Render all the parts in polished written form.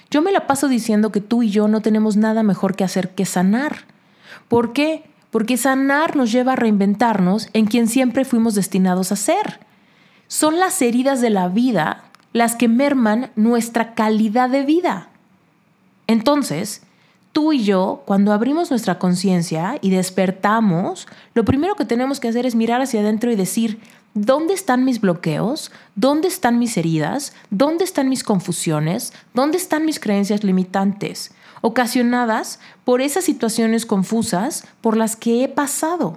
Yo me la paso diciendo que tú y yo no tenemos nada mejor que hacer que sanar. ¿Por qué? Porque sanar nos lleva a reinventarnos en quien siempre fuimos destinados a ser. Son las heridas de la vida las que merman nuestra calidad de vida. Entonces, tú y yo, cuando abrimos nuestra conciencia y despertamos, lo primero que tenemos que hacer es mirar hacia adentro y decir, ¿dónde están mis bloqueos? ¿Dónde están mis heridas? ¿Dónde están mis confusiones? ¿Dónde están mis creencias limitantes? Ocasionadas por esas situaciones confusas por las que he pasado.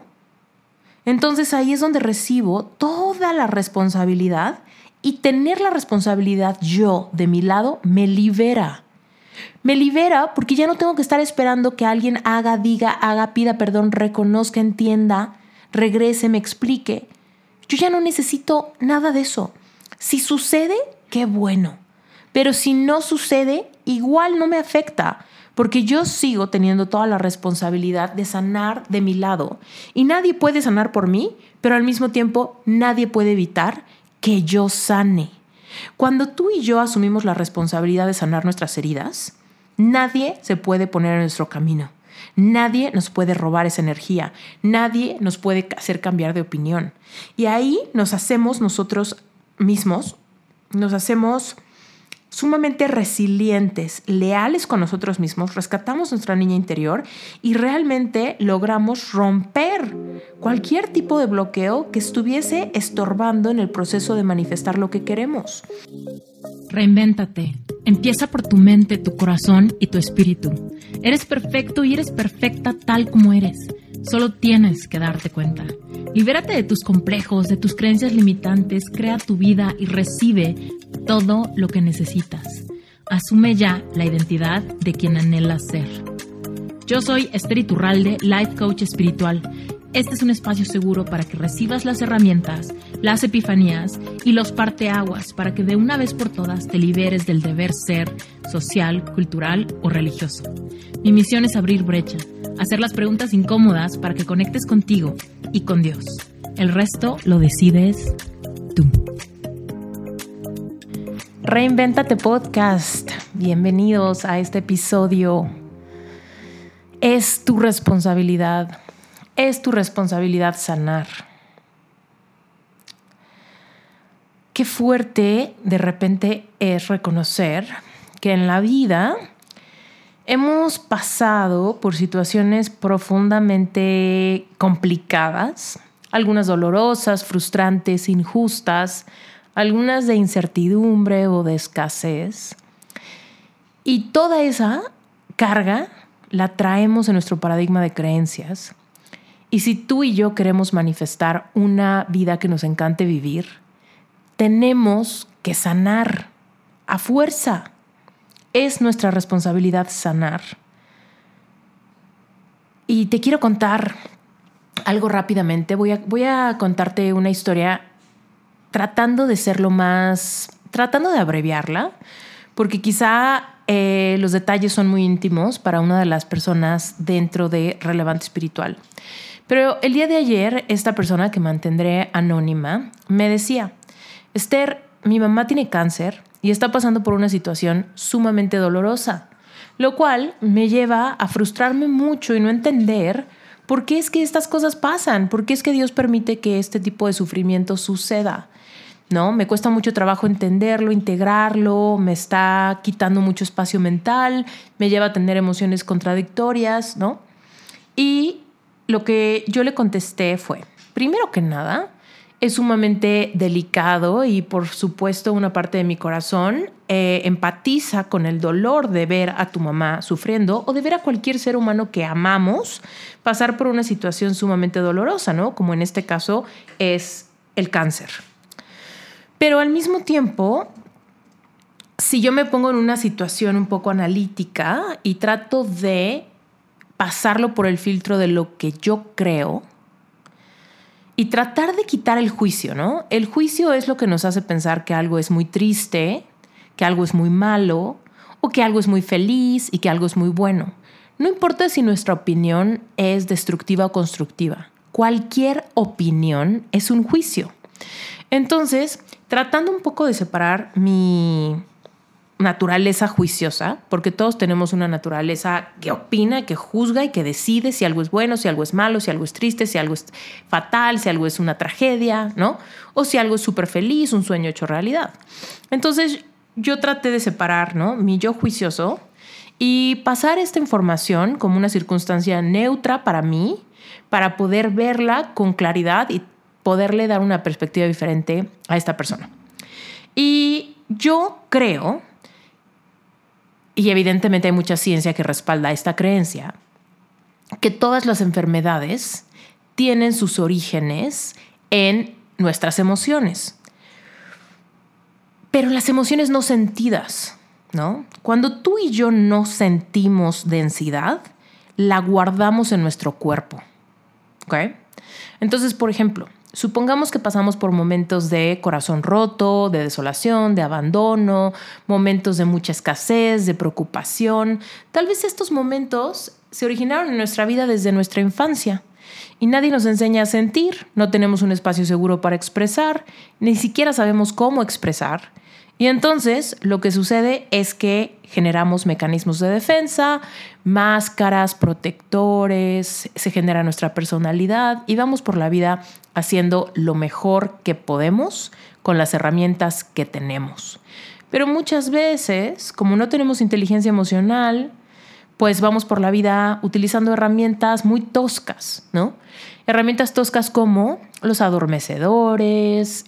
Entonces ahí es donde recibo toda la responsabilidad y tener la responsabilidad yo de mi lado me libera. Me libera porque ya no tengo que estar esperando que alguien haga, diga, pida perdón, reconozca, entienda, regrese, me explique. Yo ya no necesito nada de eso. Si sucede, qué bueno. Pero si no sucede, igual no me afecta, porque yo sigo teniendo toda la responsabilidad de sanar de mi lado. Y nadie puede sanar por mí, pero al mismo tiempo nadie puede evitar que yo sane. Cuando tú y yo asumimos la responsabilidad de sanar nuestras heridas, nadie se puede poner en nuestro camino. Nadie nos puede robar esa energía. Nadie nos puede hacer cambiar de opinión. Y ahí nos hacemos nosotros mismos, nos hacemos sumamente resilientes, leales con nosotros mismos, rescatamos nuestra niña interior y realmente logramos romper cualquier tipo de bloqueo que estuviese estorbando en el proceso de manifestar lo que queremos. Reinvéntate. Empieza por tu mente, tu corazón y tu espíritu. Eres perfecto y eres perfecta tal como eres. Solo tienes que darte cuenta. Libérate de tus complejos, de tus creencias limitantes, crea tu vida y recibe todo lo que necesitas. Asume ya la identidad de quien anhelas ser. Yo soy Esther Iturralde, Life Coach Espiritual. Este es un espacio seguro para que recibas las herramientas, las epifanías y los parteaguas para que de una vez por todas te liberes del deber ser social, cultural o religioso. Mi misión es abrir brecha, hacer las preguntas incómodas para que conectes contigo y con Dios. El resto lo decides tú. Reinvéntate Podcast. Bienvenidos a este episodio. Es tu responsabilidad. Es tu responsabilidad sanar. Qué fuerte de repente es reconocer que en la vida hemos pasado por situaciones profundamente complicadas, algunas dolorosas, frustrantes, injustas, algunas de incertidumbre o de escasez. Y toda esa carga la traemos en nuestro paradigma de creencias. Y si tú y yo queremos manifestar una vida que nos encante vivir, tenemos que sanar a fuerza. Es nuestra responsabilidad sanar. Y te quiero contar algo rápidamente. Voy a contarte una historia tratando de abreviarla, porque quizá los detalles son muy íntimos para una de las personas dentro de Relevante Espiritual. Pero el día de ayer, esta persona que mantendré anónima me decía: Esther, mi mamá tiene cáncer y está pasando por una situación sumamente dolorosa, lo cual me lleva a frustrarme mucho y no entender por qué es que estas cosas pasan, por qué es que Dios permite que este tipo de sufrimiento suceda. ¿No? Me cuesta mucho trabajo entenderlo, integrarlo, me está quitando mucho espacio mental, me lleva a tener emociones contradictorias, ¿no? Y lo que yo le contesté fue, primero que nada, es sumamente delicado y por supuesto una parte de mi corazón empatiza con el dolor de ver a tu mamá sufriendo o de ver a cualquier ser humano que amamos pasar por una situación sumamente dolorosa, ¿no? Como en este caso es el cáncer. Pero al mismo tiempo, si yo me pongo en una situación un poco analítica y trato de pasarlo por el filtro de lo que yo creo y tratar de quitar el juicio, ¿no? El juicio es lo que nos hace pensar que algo es muy triste, que algo es muy malo o que algo es muy feliz y que algo es muy bueno. No importa si nuestra opinión es destructiva o constructiva. Cualquier opinión es un juicio. Entonces, tratando un poco de separar mi naturaleza juiciosa, porque todos tenemos una naturaleza que opina, que juzga y que decide si algo es bueno, si algo es malo, si algo es triste, si algo es fatal, si algo es una tragedia, ¿no? O si algo es súper feliz, un sueño hecho realidad. Entonces yo traté de separar, ¿no?, mi yo juicioso y pasar esta información como una circunstancia neutra para mí, para poder verla con claridad y poderle dar una perspectiva diferente a esta persona. Y yo creo, y evidentemente hay mucha ciencia que respalda esta creencia, que todas las enfermedades tienen sus orígenes en nuestras emociones. Pero las emociones no sentidas, ¿no? Cuando tú y yo no sentimos densidad, la guardamos en nuestro cuerpo, ¿ok? Entonces, por ejemplo, supongamos que pasamos por momentos de corazón roto, de desolación, de abandono, momentos de mucha escasez, de preocupación. Tal vez estos momentos se originaron en nuestra vida desde nuestra infancia y nadie nos enseña a sentir, no tenemos un espacio seguro para expresar, ni siquiera sabemos cómo expresar. Y entonces lo que sucede es que generamos mecanismos de defensa, máscaras, protectores, se genera nuestra personalidad y vamos por la vida haciendo lo mejor que podemos con las herramientas que tenemos. Pero muchas veces, como no tenemos inteligencia emocional, pues vamos por la vida utilizando herramientas muy toscas, ¿no? Herramientas toscas como los adormecedores,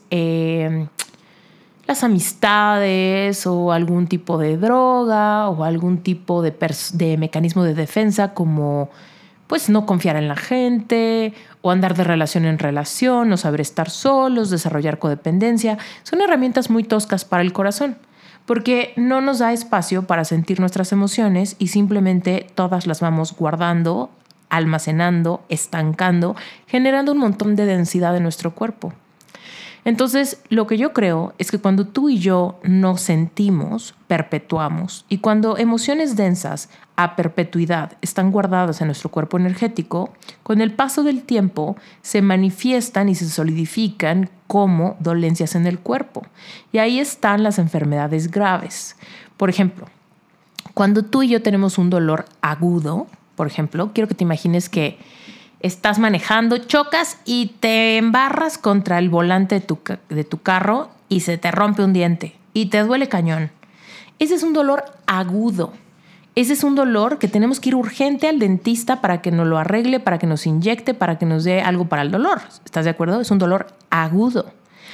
las amistades o algún tipo de droga o algún tipo de mecanismo de defensa como pues no confiar en la gente o andar de relación en relación, no saber estar solos, desarrollar codependencia. Son herramientas muy toscas para el corazón porque no nos da espacio para sentir nuestras emociones y simplemente todas las vamos guardando, almacenando, estancando, generando un montón de densidad en nuestro cuerpo. Entonces, lo que yo creo es que cuando tú y yo nos sentimos, perpetuamos. Y cuando emociones densas a perpetuidad están guardadas en nuestro cuerpo energético, con el paso del tiempo se manifiestan y se solidifican como dolencias en el cuerpo. Y ahí están las enfermedades graves. Por ejemplo, cuando tú y yo tenemos un dolor agudo, por ejemplo, quiero que te imagines que estás manejando, chocas y te embarras contra el volante de tu carro y se te rompe un diente y te duele cañón. Ese es un dolor agudo. Ese es un dolor que tenemos que ir urgente al dentista para que nos lo arregle, para que nos inyecte, para que nos dé algo para el dolor. ¿Estás de acuerdo? Es un dolor agudo.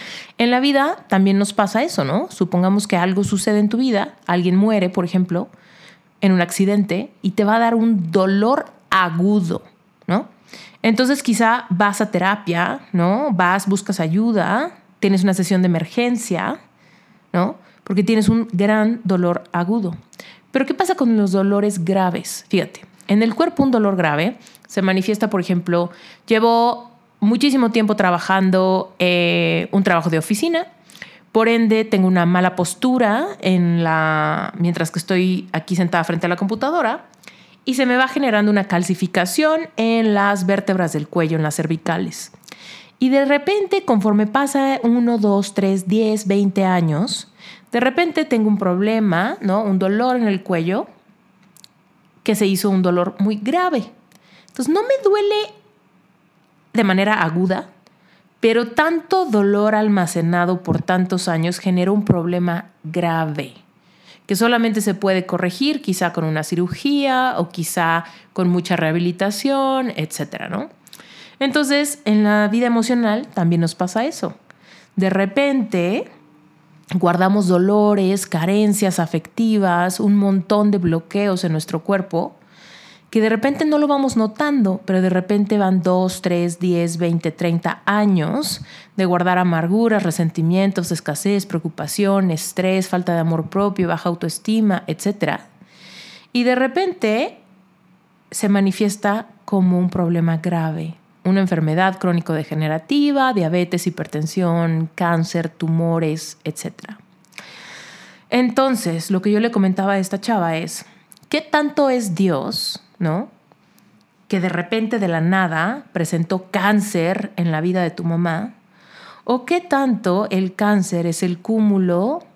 En la vida también nos pasa eso, ¿no? Supongamos que algo sucede en tu vida, alguien muere, por ejemplo, en un accidente y te va a dar un dolor agudo, ¿no? Entonces quizá vas a terapia, ¿no? Buscas ayuda, tienes una sesión de emergencia, ¿no? Porque tienes un gran dolor agudo. Pero ¿qué pasa con los dolores graves? Fíjate, en el cuerpo un dolor grave se manifiesta, por ejemplo, llevo muchísimo tiempo trabajando un trabajo de oficina, por ende tengo una mala postura mientras que estoy aquí sentada frente a la computadora, y se me va generando una calcificación en las vértebras del cuello, en las cervicales. Y de repente, conforme pasa 1, 2, 3, 10, 20 años, de repente tengo un problema, ¿no? Un dolor en el cuello que se hizo un dolor muy grave. Entonces no me duele de manera aguda, pero tanto dolor almacenado por tantos años genera un problema grave que solamente se puede corregir quizá con una cirugía o quizá con mucha rehabilitación, etcétera, ¿no? Entonces, en la vida emocional también nos pasa eso. De repente guardamos dolores, carencias afectivas, un montón de bloqueos en nuestro cuerpo que de repente no lo vamos notando, pero de repente van 2, 3, 10, 20, 30 años de guardar amarguras, resentimientos, escasez, preocupación, estrés, falta de amor propio, baja autoestima, etc. Y de repente se manifiesta como un problema grave, una enfermedad crónico-degenerativa, diabetes, hipertensión, cáncer, tumores, etc. Entonces, lo que yo le comentaba a esta chava es, ¿qué tanto es Dios, ¿no? Que de repente de la nada presentó cáncer en la vida de tu mamá, o qué tanto el cáncer es el cúmulo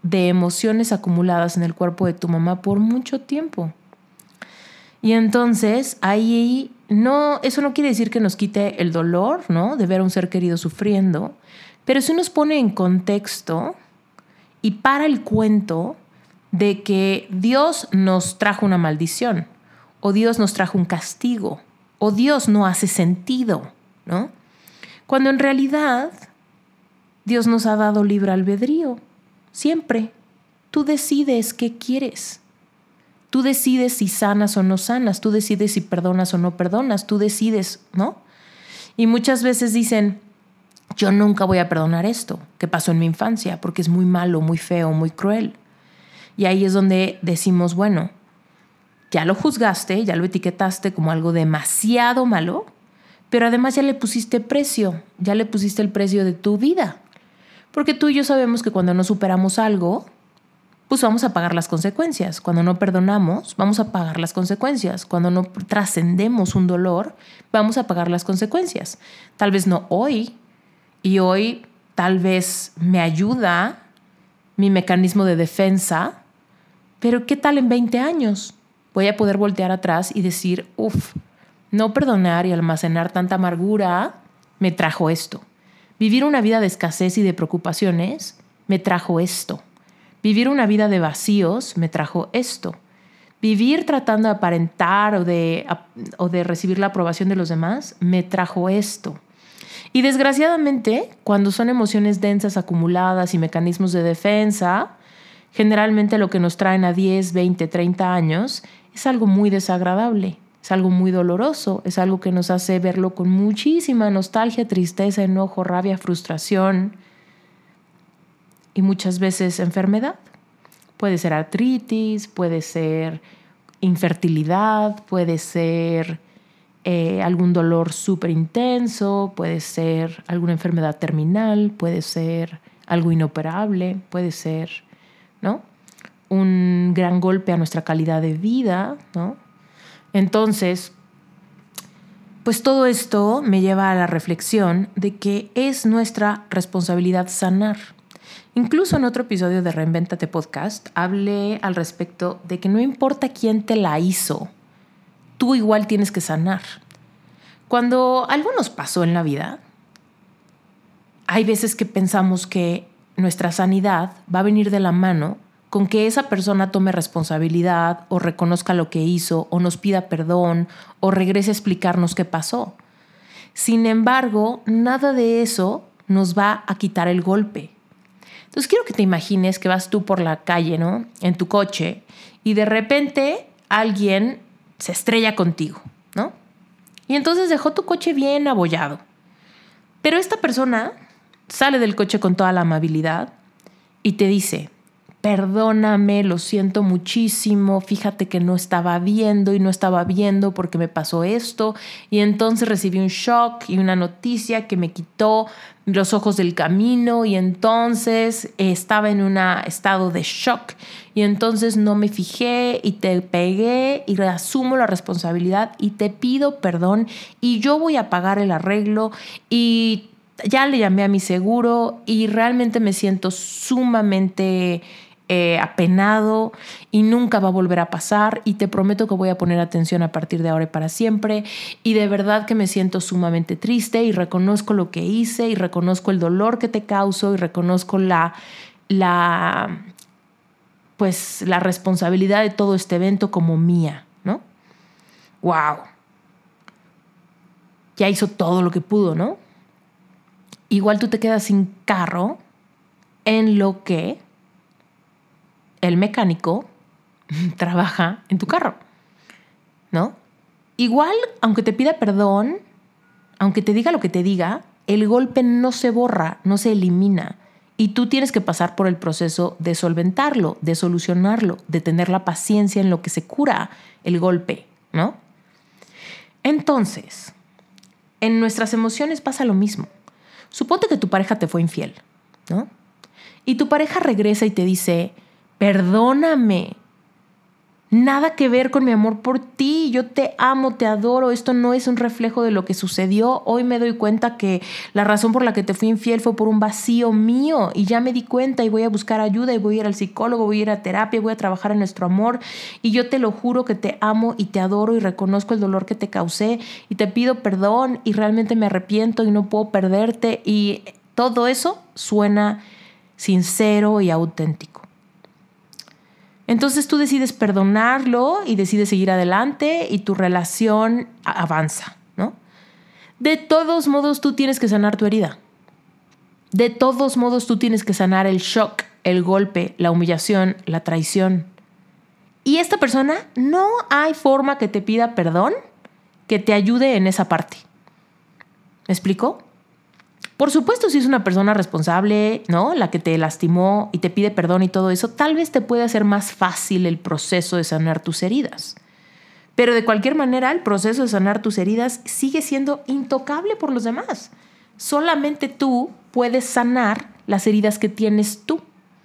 de emociones acumuladas en el cuerpo de tu mamá por mucho tiempo. Y entonces ahí eso no quiere decir que nos quite el dolor, ¿no?, de ver a un ser querido sufriendo, pero sí nos pone en contexto y para el cuento de que Dios nos trajo una maldición, o Dios nos trajo un castigo, o Dios no hace sentido, ¿no? Cuando en realidad Dios nos ha dado libre albedrío, siempre. Tú decides qué quieres. Tú decides si sanas o no sanas, tú decides si perdonas o no perdonas, tú decides, ¿no? Y muchas veces dicen, yo nunca voy a perdonar esto que pasó en mi infancia porque es muy malo, muy feo, muy cruel. Y ahí es donde decimos, bueno, ya lo juzgaste, ya lo etiquetaste como algo demasiado malo, pero además ya le pusiste precio, ya le pusiste el precio de tu vida. Porque tú y yo sabemos que cuando no superamos algo, pues vamos a pagar las consecuencias. Cuando no perdonamos, vamos a pagar las consecuencias. Cuando no trascendemos un dolor, vamos a pagar las consecuencias. Tal vez no hoy, y hoy tal vez me ayuda mi mecanismo de defensa, pero ¿qué tal en 20 años? Voy a poder voltear atrás y decir, no perdonar y almacenar tanta amargura me trajo esto. Vivir una vida de escasez y de preocupaciones me trajo esto. Vivir una vida de vacíos me trajo esto. Vivir tratando de aparentar o de recibir la aprobación de los demás me trajo esto. Y desgraciadamente, cuando son emociones densas acumuladas y mecanismos de defensa, generalmente lo que nos traen a 10, 20, 30 años es algo muy desagradable, es algo muy doloroso, es algo que nos hace verlo con muchísima nostalgia, tristeza, enojo, rabia, frustración y muchas veces enfermedad. Puede ser artritis, puede ser infertilidad, puede ser algún dolor súper intenso, puede ser alguna enfermedad terminal, puede ser algo inoperable, puede ser, ¿no?, un gran golpe a nuestra calidad de vida, ¿no? Entonces, pues todo esto me lleva a la reflexión de que es nuestra responsabilidad sanar. Incluso en otro episodio de Reinvéntate Podcast hablé al respecto de que no importa quién te la hizo, tú igual tienes que sanar. Cuando algo nos pasó en la vida, hay veces que pensamos que nuestra sanidad va a venir de la mano con que esa persona tome responsabilidad o reconozca lo que hizo o nos pida perdón o regrese a explicarnos qué pasó. Sin embargo, nada de eso nos va a quitar el golpe. Entonces quiero que te imagines que vas tú por la calle, ¿no?, en tu coche, y de repente alguien se estrella contigo, ¿no? Y entonces dejó tu coche bien abollado. Pero esta persona sale del coche con toda la amabilidad y te dice, perdóname, lo siento muchísimo, fíjate que no estaba viendo porque me pasó esto y entonces recibí un shock y una noticia que me quitó los ojos del camino y entonces estaba en un estado de shock y entonces no me fijé y te pegué y asumo la responsabilidad y te pido perdón y yo voy a pagar el arreglo y ya le llamé a mi seguro y realmente me siento sumamente apenado y nunca va a volver a pasar y te prometo que voy a poner atención a partir de ahora y para siempre y de verdad que me siento sumamente triste y reconozco lo que hice y reconozco el dolor que te causo y reconozco la responsabilidad de todo este evento como mía, ¿no? ¡Wow! Ya hizo todo lo que pudo, ¿no? Igual tú te quedas sin carro en lo que el mecánico trabaja en tu carro, ¿no? Igual, aunque te pida perdón, aunque te diga lo que te diga, el golpe no se borra, no se elimina. Y tú tienes que pasar por el proceso de solventarlo, de solucionarlo, de tener la paciencia en lo que se cura el golpe, ¿no? Entonces, en nuestras emociones pasa lo mismo. Suponte que tu pareja te fue infiel, ¿no? Y tu pareja regresa y te dice, perdóname. Nada que ver con mi amor por ti. Yo te amo, te adoro. Esto no es un reflejo de lo que sucedió. Hoy me doy cuenta que la razón por la que te fui infiel fue por un vacío mío. Y ya me di cuenta y voy a buscar ayuda y voy a ir al psicólogo, voy a ir a terapia, voy a trabajar en nuestro amor. Y yo te lo juro que te amo y te adoro y reconozco el dolor que te causé. Y te pido perdón y realmente me arrepiento y no puedo perderte. Y todo eso suena sincero y auténtico. Entonces tú decides perdonarlo y decides seguir adelante y tu relación avanza, ¿no? De todos modos, tú tienes que sanar tu herida. De todos modos, tú tienes que sanar el shock, el golpe, la humillación, la traición. Y esta persona, no hay forma que te pida perdón que te ayude en esa parte. ¿Me explico? Por supuesto, si es una persona responsable, ¿no?, la que te lastimó y te pide perdón y todo eso, tal vez te puede hacer más fácil el proceso de sanar tus heridas. Pero de cualquier manera, el proceso de sanar tus heridas sigue siendo intocable por los demás. Solamente tú puedes sanar las heridas que tienes tú.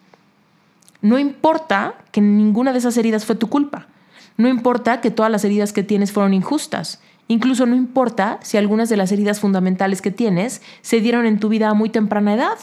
No importa que ninguna de esas heridas fue tu culpa. No importa que todas las heridas que tienes fueron injustas. Incluso no importa si algunas de las heridas fundamentales que tienes se dieron en tu vida a muy temprana edad,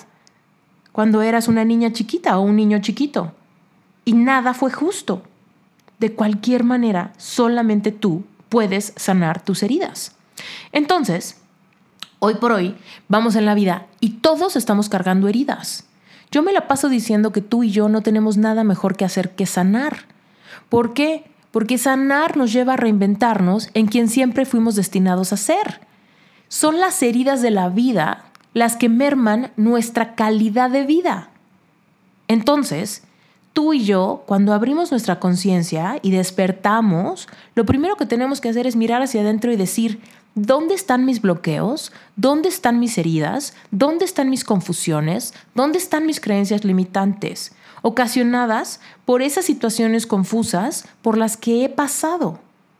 cuando eras una niña chiquita o un niño chiquito. Y nada fue justo. De cualquier manera, solamente tú puedes sanar tus heridas. Entonces, hoy por hoy, vamos en la vida y todos estamos cargando heridas. Yo me la paso diciendo que tú y yo no tenemos nada mejor que hacer que sanar. ¿Por qué? Porque sanar nos lleva a reinventarnos en quien siempre fuimos destinados a ser. Son las heridas de la vida las que merman nuestra calidad de vida. Entonces, tú y yo, cuando abrimos nuestra conciencia y despertamos, lo primero que tenemos que hacer es mirar hacia adentro y decir, ¿dónde están mis bloqueos? ¿Dónde están mis heridas? ¿Dónde están mis confusiones? ¿Dónde están mis creencias limitantes? Ocasionadas por esas situaciones confusas por las que he pasado.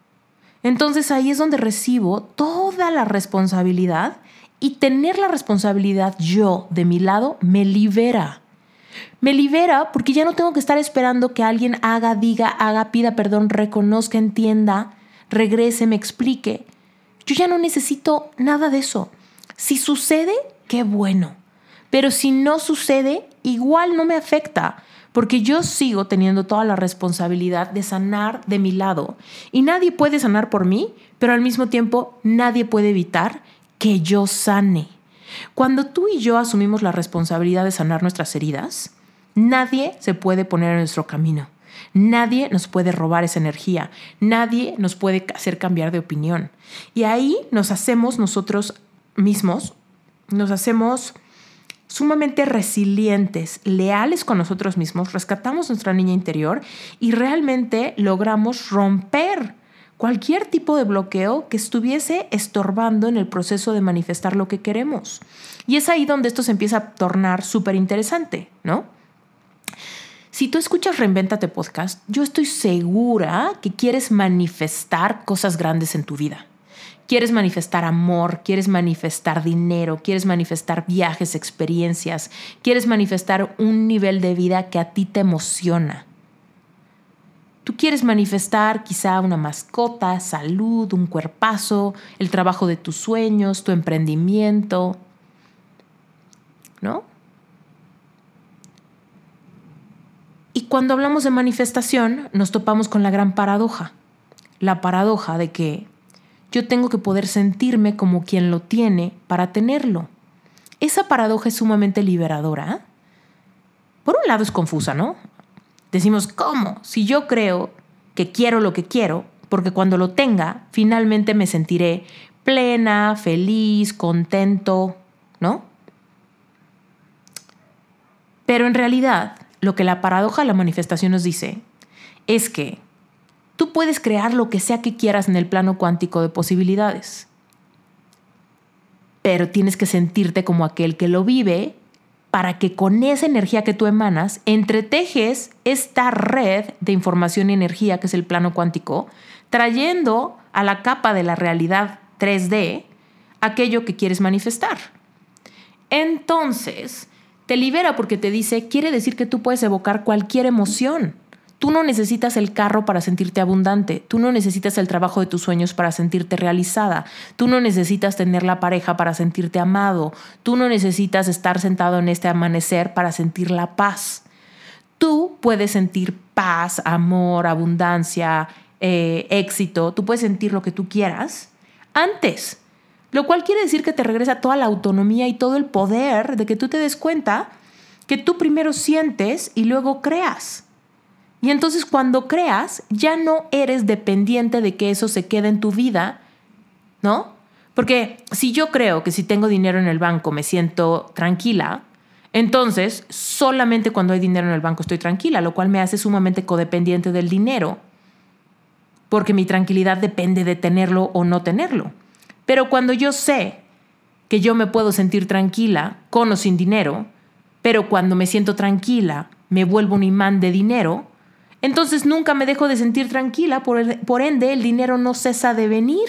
Entonces ahí es donde recibo toda la responsabilidad y tener la responsabilidad yo de mi lado me libera. Me libera porque ya no tengo que estar esperando que alguien haga, diga, pida perdón, reconozca, entienda, regrese, me explique. Yo ya no necesito nada de eso. Si sucede, qué bueno. Pero si no sucede, igual no me afecta, porque yo sigo teniendo toda la responsabilidad de sanar de mi lado. Y nadie puede sanar por mí, pero al mismo tiempo nadie puede evitar que yo sane. Cuando tú y yo asumimos la responsabilidad de sanar nuestras heridas, nadie se puede poner en nuestro camino. Nadie nos puede robar esa energía. Nadie nos puede hacer cambiar de opinión. Y ahí nos hacemos nosotros mismos, nos hacemos sumamente resilientes, leales con nosotros mismos, rescatamos nuestra niña interior y realmente logramos romper cualquier tipo de bloqueo que estuviese estorbando en el proceso de manifestar lo que queremos. Y es ahí donde esto se empieza a tornar súper interesante, ¿no? Si tú escuchas Reinvéntate Podcast, yo estoy segura que quieres manifestar cosas grandes en tu vida. Quieres manifestar amor, quieres manifestar dinero, quieres manifestar viajes, experiencias, quieres manifestar un nivel de vida que a ti te emociona. Tú quieres manifestar quizá una mascota, salud, un cuerpazo, el trabajo de tus sueños, tu emprendimiento, ¿no? Y cuando hablamos de manifestación, nos topamos con la gran paradoja. La paradoja de que yo tengo que poder sentirme como quien lo tiene para tenerlo. Esa paradoja es sumamente liberadora. Por un lado es confusa, ¿no? Decimos, ¿cómo? Si yo creo que quiero lo que quiero, porque cuando lo tenga, finalmente me sentiré plena, feliz, contento, ¿no? Pero en realidad, lo que la paradoja de la manifestación nos dice es que tú puedes crear lo que sea que quieras en el plano cuántico de posibilidades, pero tienes que sentirte como aquel que lo vive para que con esa energía que tú emanas entretejes esta red de información y energía que es el plano cuántico, trayendo a la capa de la realidad 3D aquello que quieres manifestar. Entonces, te libera porque te dice, quiere decir que tú puedes evocar cualquier emoción. Tú no necesitas el carro para sentirte abundante. Tú no necesitas el trabajo de tus sueños para sentirte realizada. Tú no necesitas tener la pareja para sentirte amado. Tú no necesitas estar sentado en este amanecer para sentir la paz. Tú puedes sentir paz, amor, abundancia, éxito. Tú puedes sentir lo que tú quieras antes. Lo cual quiere decir que te regresa toda la autonomía y todo el poder de que tú te des cuenta que tú primero sientes y luego creas. Y entonces cuando creas, ya no eres dependiente de que eso se quede en tu vida, ¿no? Porque si yo creo que si tengo dinero en el banco me siento tranquila, entonces solamente cuando hay dinero en el banco estoy tranquila, lo cual me hace sumamente codependiente del dinero, porque mi tranquilidad depende de tenerlo o no tenerlo. Pero cuando yo sé que yo me puedo sentir tranquila con o sin dinero, pero cuando me siento tranquila me vuelvo un imán de dinero, entonces nunca me dejo de sentir tranquila, por ende el dinero no cesa de venir.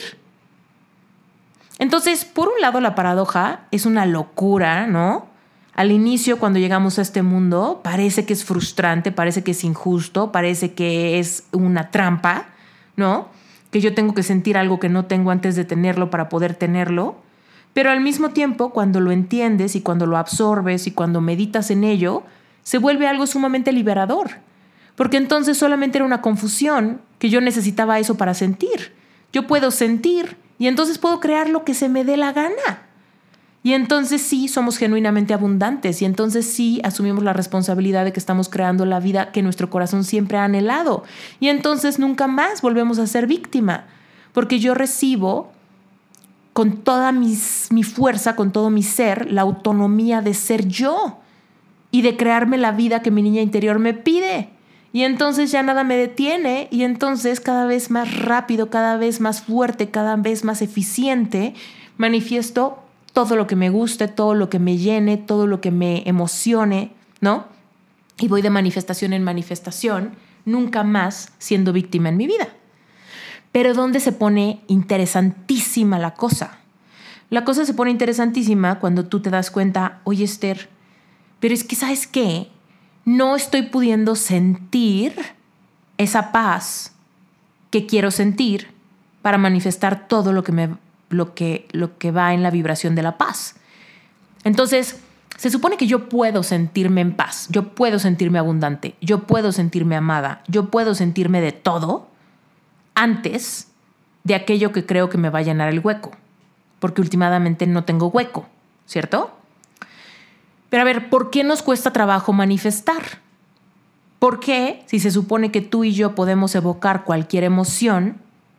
Entonces, por un lado la paradoja es una locura, ¿no? Al inicio, cuando llegamos a este mundo, parece que es frustrante, parece que es injusto, parece que es una trampa, ¿no? Que yo tengo que sentir algo que no tengo antes de tenerlo para poder tenerlo. Pero al mismo tiempo, cuando lo entiendes y cuando lo absorbes y cuando meditas en ello, se vuelve algo sumamente liberador. Porque entonces solamente era una confusión que yo necesitaba eso para sentir. Yo puedo sentir y entonces puedo crear lo que se me dé la gana. Y entonces sí somos genuinamente abundantes y entonces sí asumimos la responsabilidad de que estamos creando la vida que nuestro corazón siempre ha anhelado. Y entonces nunca más volvemos a ser víctima, porque yo recibo con toda mi fuerza, con todo mi ser, la autonomía de ser yo y de crearme la vida que mi niña interior me pide. Y entonces ya nada me detiene y entonces cada vez más rápido, cada vez más fuerte, cada vez más eficiente, manifiesto todo lo que me guste, todo lo que me llene, todo lo que me emocione, ¿no? Y voy de manifestación en manifestación, nunca más siendo víctima en mi vida. Pero ¿dónde se pone interesantísima la cosa? La cosa se pone interesantísima cuando tú te das cuenta, oye Esther, pero es que ¿sabes qué? No estoy pudiendo sentir esa paz que quiero sentir para manifestar todo lo que va en la vibración de la paz. Entonces, se supone que yo puedo sentirme en paz, yo puedo sentirme abundante, yo puedo sentirme amada, yo puedo sentirme de todo antes de aquello que creo que me va a llenar el hueco, porque últimamente no tengo hueco, ¿cierto? Pero a ver, ¿por qué nos cuesta trabajo manifestar? ¿Por qué, si se supone que tú y yo podemos evocar cualquier emoción,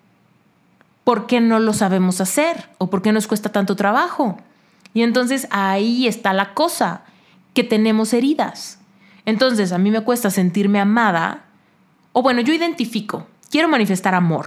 por qué no lo sabemos hacer? ¿O por qué nos cuesta tanto trabajo? Y entonces ahí está la cosa, que tenemos heridas. Entonces a mí me cuesta sentirme amada, o bueno, yo identifico, quiero manifestar amor.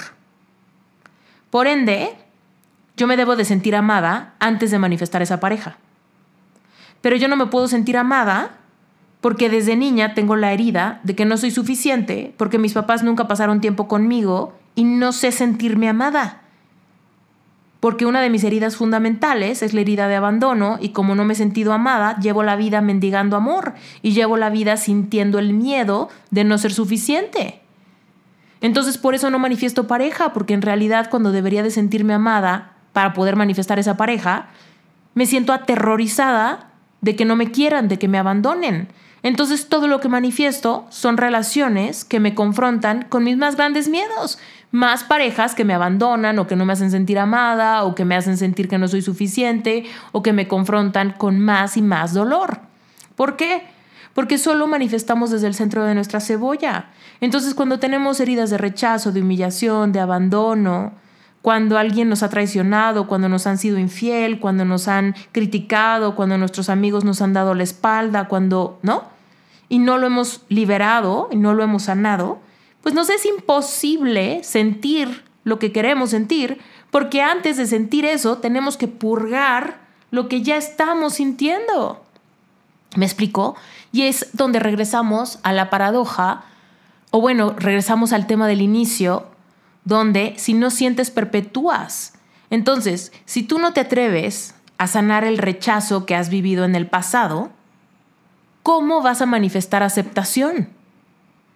Por ende, yo me debo de sentir amada antes de manifestar esa pareja. Pero yo no me puedo sentir amada porque desde niña tengo la herida de que no soy suficiente, porque mis papás nunca pasaron tiempo conmigo y no sé sentirme amada. Porque una de mis heridas fundamentales es la herida de abandono y como no me he sentido amada, llevo la vida mendigando amor y llevo la vida sintiendo el miedo de no ser suficiente. Entonces por eso no manifiesto pareja, porque en realidad cuando debería de sentirme amada para poder manifestar esa pareja, me siento aterrorizada de que no me quieran, de que me abandonen. Entonces todo lo que manifiesto son relaciones que me confrontan con mis más grandes miedos. Más parejas que me abandonan o que no me hacen sentir amada o que me hacen sentir que no soy suficiente o que me confrontan con más y más dolor. ¿Por qué? Porque solo manifestamos desde el centro de nuestra cebolla. Entonces cuando tenemos heridas de rechazo, de humillación, de abandono, cuando alguien nos ha traicionado, cuando nos han sido infiel, cuando nos han criticado, cuando nuestros amigos nos han dado la espalda, cuando, ¿no? Y no lo hemos liberado y no lo hemos sanado, pues nos es imposible sentir lo que queremos sentir, porque antes de sentir eso tenemos que purgar lo que ya estamos sintiendo. ¿Me explico? Y es donde regresamos a la paradoja, o bueno, regresamos al tema del inicio, donde si no sientes, perpetúas. Entonces, si tú no te atreves a sanar el rechazo que has vivido en el pasado, ¿cómo vas a manifestar aceptación?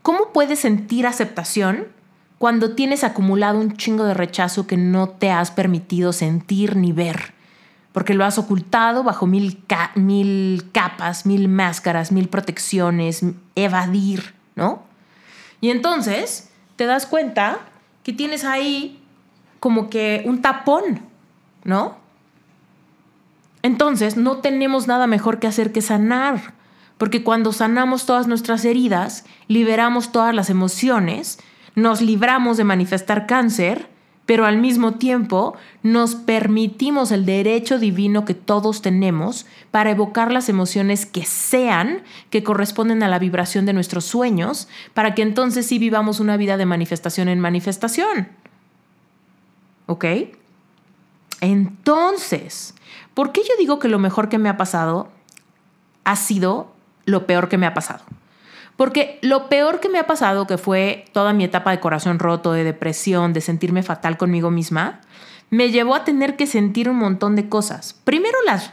¿cómo puedes sentir aceptación cuando tienes acumulado un chingo de rechazo que no te has permitido sentir ni ver? Porque lo has ocultado bajo mil capas, 1000 máscaras, 1000 protecciones, evadir, ¿no? Y entonces te das cuenta que tienes ahí como que un tapón, ¿no? Entonces no tenemos nada mejor que hacer que sanar, porque cuando sanamos todas nuestras heridas, liberamos todas las emociones, nos libramos de manifestar cáncer, pero al mismo tiempo nos permitimos el derecho divino que todos tenemos para evocar las emociones que corresponden a la vibración de nuestros sueños, para que entonces sí vivamos una vida de manifestación en manifestación. ¿Ok? Entonces, ¿por qué yo digo que lo mejor que me ha pasado ha sido lo peor que me ha pasado? Porque lo peor que me ha pasado, que fue toda mi etapa de corazón roto, de depresión, de sentirme fatal conmigo misma, me llevó a tener que sentir un montón de cosas. Primero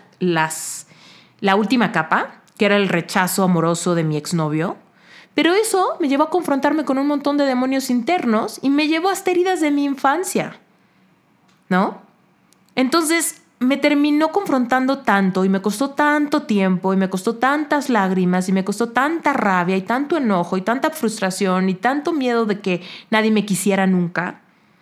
la última capa, que era el rechazo amoroso de mi exnovio, pero eso me llevó a confrontarme con un montón de demonios internos y me llevó hasta heridas de mi infancia, ¿no? Entonces me terminó confrontando tanto y me costó tanto tiempo y me costó tantas lágrimas y me costó tanta rabia y tanto enojo y tanta frustración y tanto miedo de que nadie me quisiera nunca.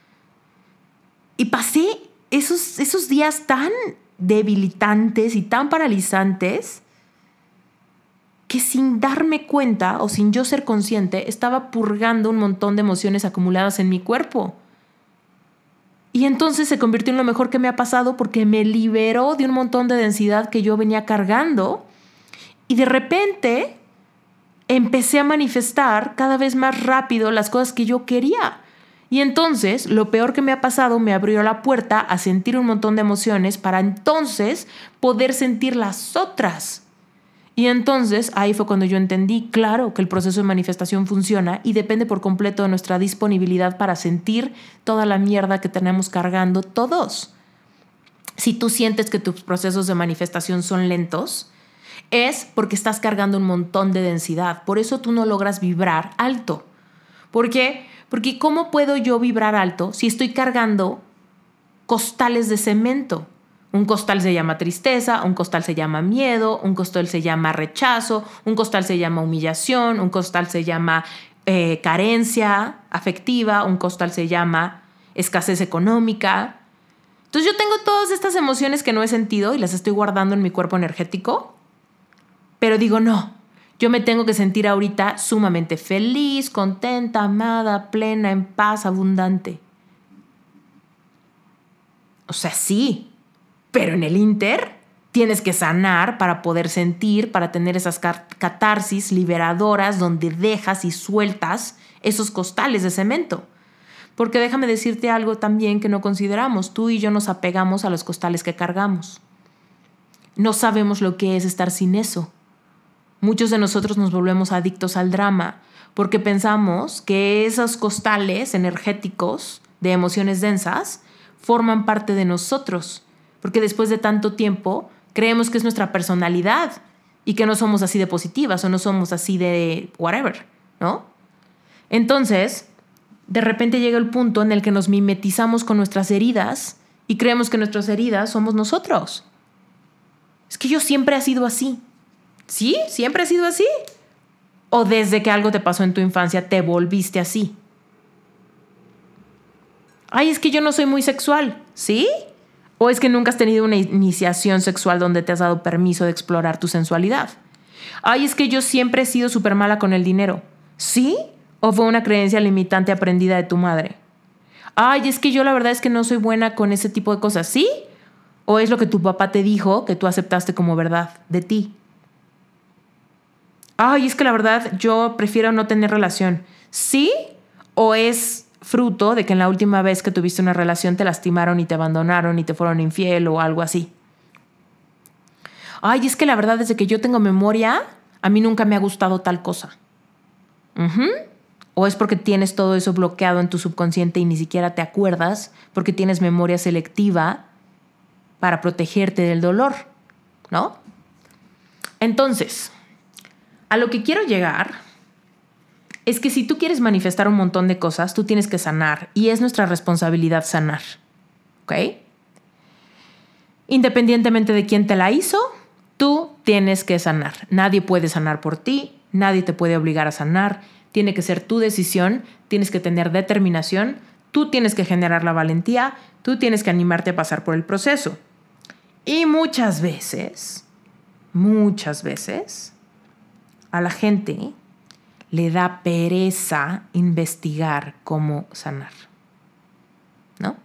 Y pasé esos días tan debilitantes y tan paralizantes que sin darme cuenta o sin yo ser consciente estaba purgando un montón de emociones acumuladas en mi cuerpo. Y entonces se convirtió en lo mejor que me ha pasado porque me liberó de un montón de densidad que yo venía cargando y de repente empecé a manifestar cada vez más rápido las cosas que yo quería. Y entonces lo peor que me ha pasado me abrió la puerta a sentir un montón de emociones para entonces poder sentir las otras. Y entonces ahí fue cuando yo entendí, claro, que el proceso de manifestación funciona y depende por completo de nuestra disponibilidad para sentir toda la mierda que tenemos cargando todos. Si tú sientes que tus procesos de manifestación son lentos, es porque estás cargando un montón de densidad. Por eso tú no logras vibrar alto. ¿Por qué? Porque ¿cómo puedo yo vibrar alto si estoy cargando costales de cemento? Un costal se llama tristeza, un costal se llama miedo, un costal se llama rechazo, un costal se llama humillación, un costal se llama carencia afectiva, un costal se llama escasez económica. Entonces yo tengo todas estas emociones que no he sentido y las estoy guardando en mi cuerpo energético, pero digo no, yo me tengo que sentir ahorita sumamente feliz, contenta, amada, plena, en paz, abundante. O sea, sí. Pero en el ínter tienes que sanar para poder sentir, para tener esas catarsis liberadoras donde dejas y sueltas esos costales de cemento. Porque déjame decirte algo también que no consideramos. Tú y yo nos apegamos a los costales que cargamos. No sabemos lo que es estar sin eso. Muchos de nosotros nos volvemos adictos al drama porque pensamos que esos costales energéticos de emociones densas forman parte de nosotros. Porque después de tanto tiempo creemos que es nuestra personalidad y que no somos así de positivas o no somos así de whatever, ¿no? Entonces, de repente llega el punto en el que nos mimetizamos con nuestras heridas y creemos que nuestras heridas somos nosotros. Es que yo siempre he sido así. ¿Sí? ¿Siempre he sido así? ¿O desde que algo te pasó en tu infancia te volviste así? Ay, es que yo no soy muy sexual. ¿Sí? ¿O es que nunca has tenido una iniciación sexual donde te has dado permiso de explorar tu sensualidad? Ay, es que yo siempre he sido súper mala con el dinero. ¿Sí? ¿O fue una creencia limitante aprendida de tu madre? Ay, es que yo la verdad es que no soy buena con ese tipo de cosas. ¿Sí? ¿O es lo que tu papá te dijo que tú aceptaste como verdad de ti? Ay, es que la verdad yo prefiero no tener relación. ¿Sí? ¿O es fruto de que en la última vez que tuviste una relación te lastimaron y te abandonaron y te fueron infiel o algo así? Ay, es que la verdad desde que yo tengo memoria, a mí nunca me ha gustado tal cosa. ¿O es porque tienes todo eso bloqueado en tu subconsciente y ni siquiera te acuerdas porque tienes memoria selectiva para protegerte del dolor? ¿No? Entonces, a lo que quiero llegar es que si tú quieres manifestar un montón de cosas, tú tienes que sanar y es nuestra responsabilidad sanar, ¿ok? Independientemente de quién te la hizo, tú tienes que sanar. Nadie puede sanar por ti, nadie te puede obligar a sanar. Tiene que ser tu decisión, tienes que tener determinación, tú tienes que generar la valentía, tú tienes que animarte a pasar por el proceso. Y muchas veces, a la gente le da pereza investigar cómo sanar, ¿no?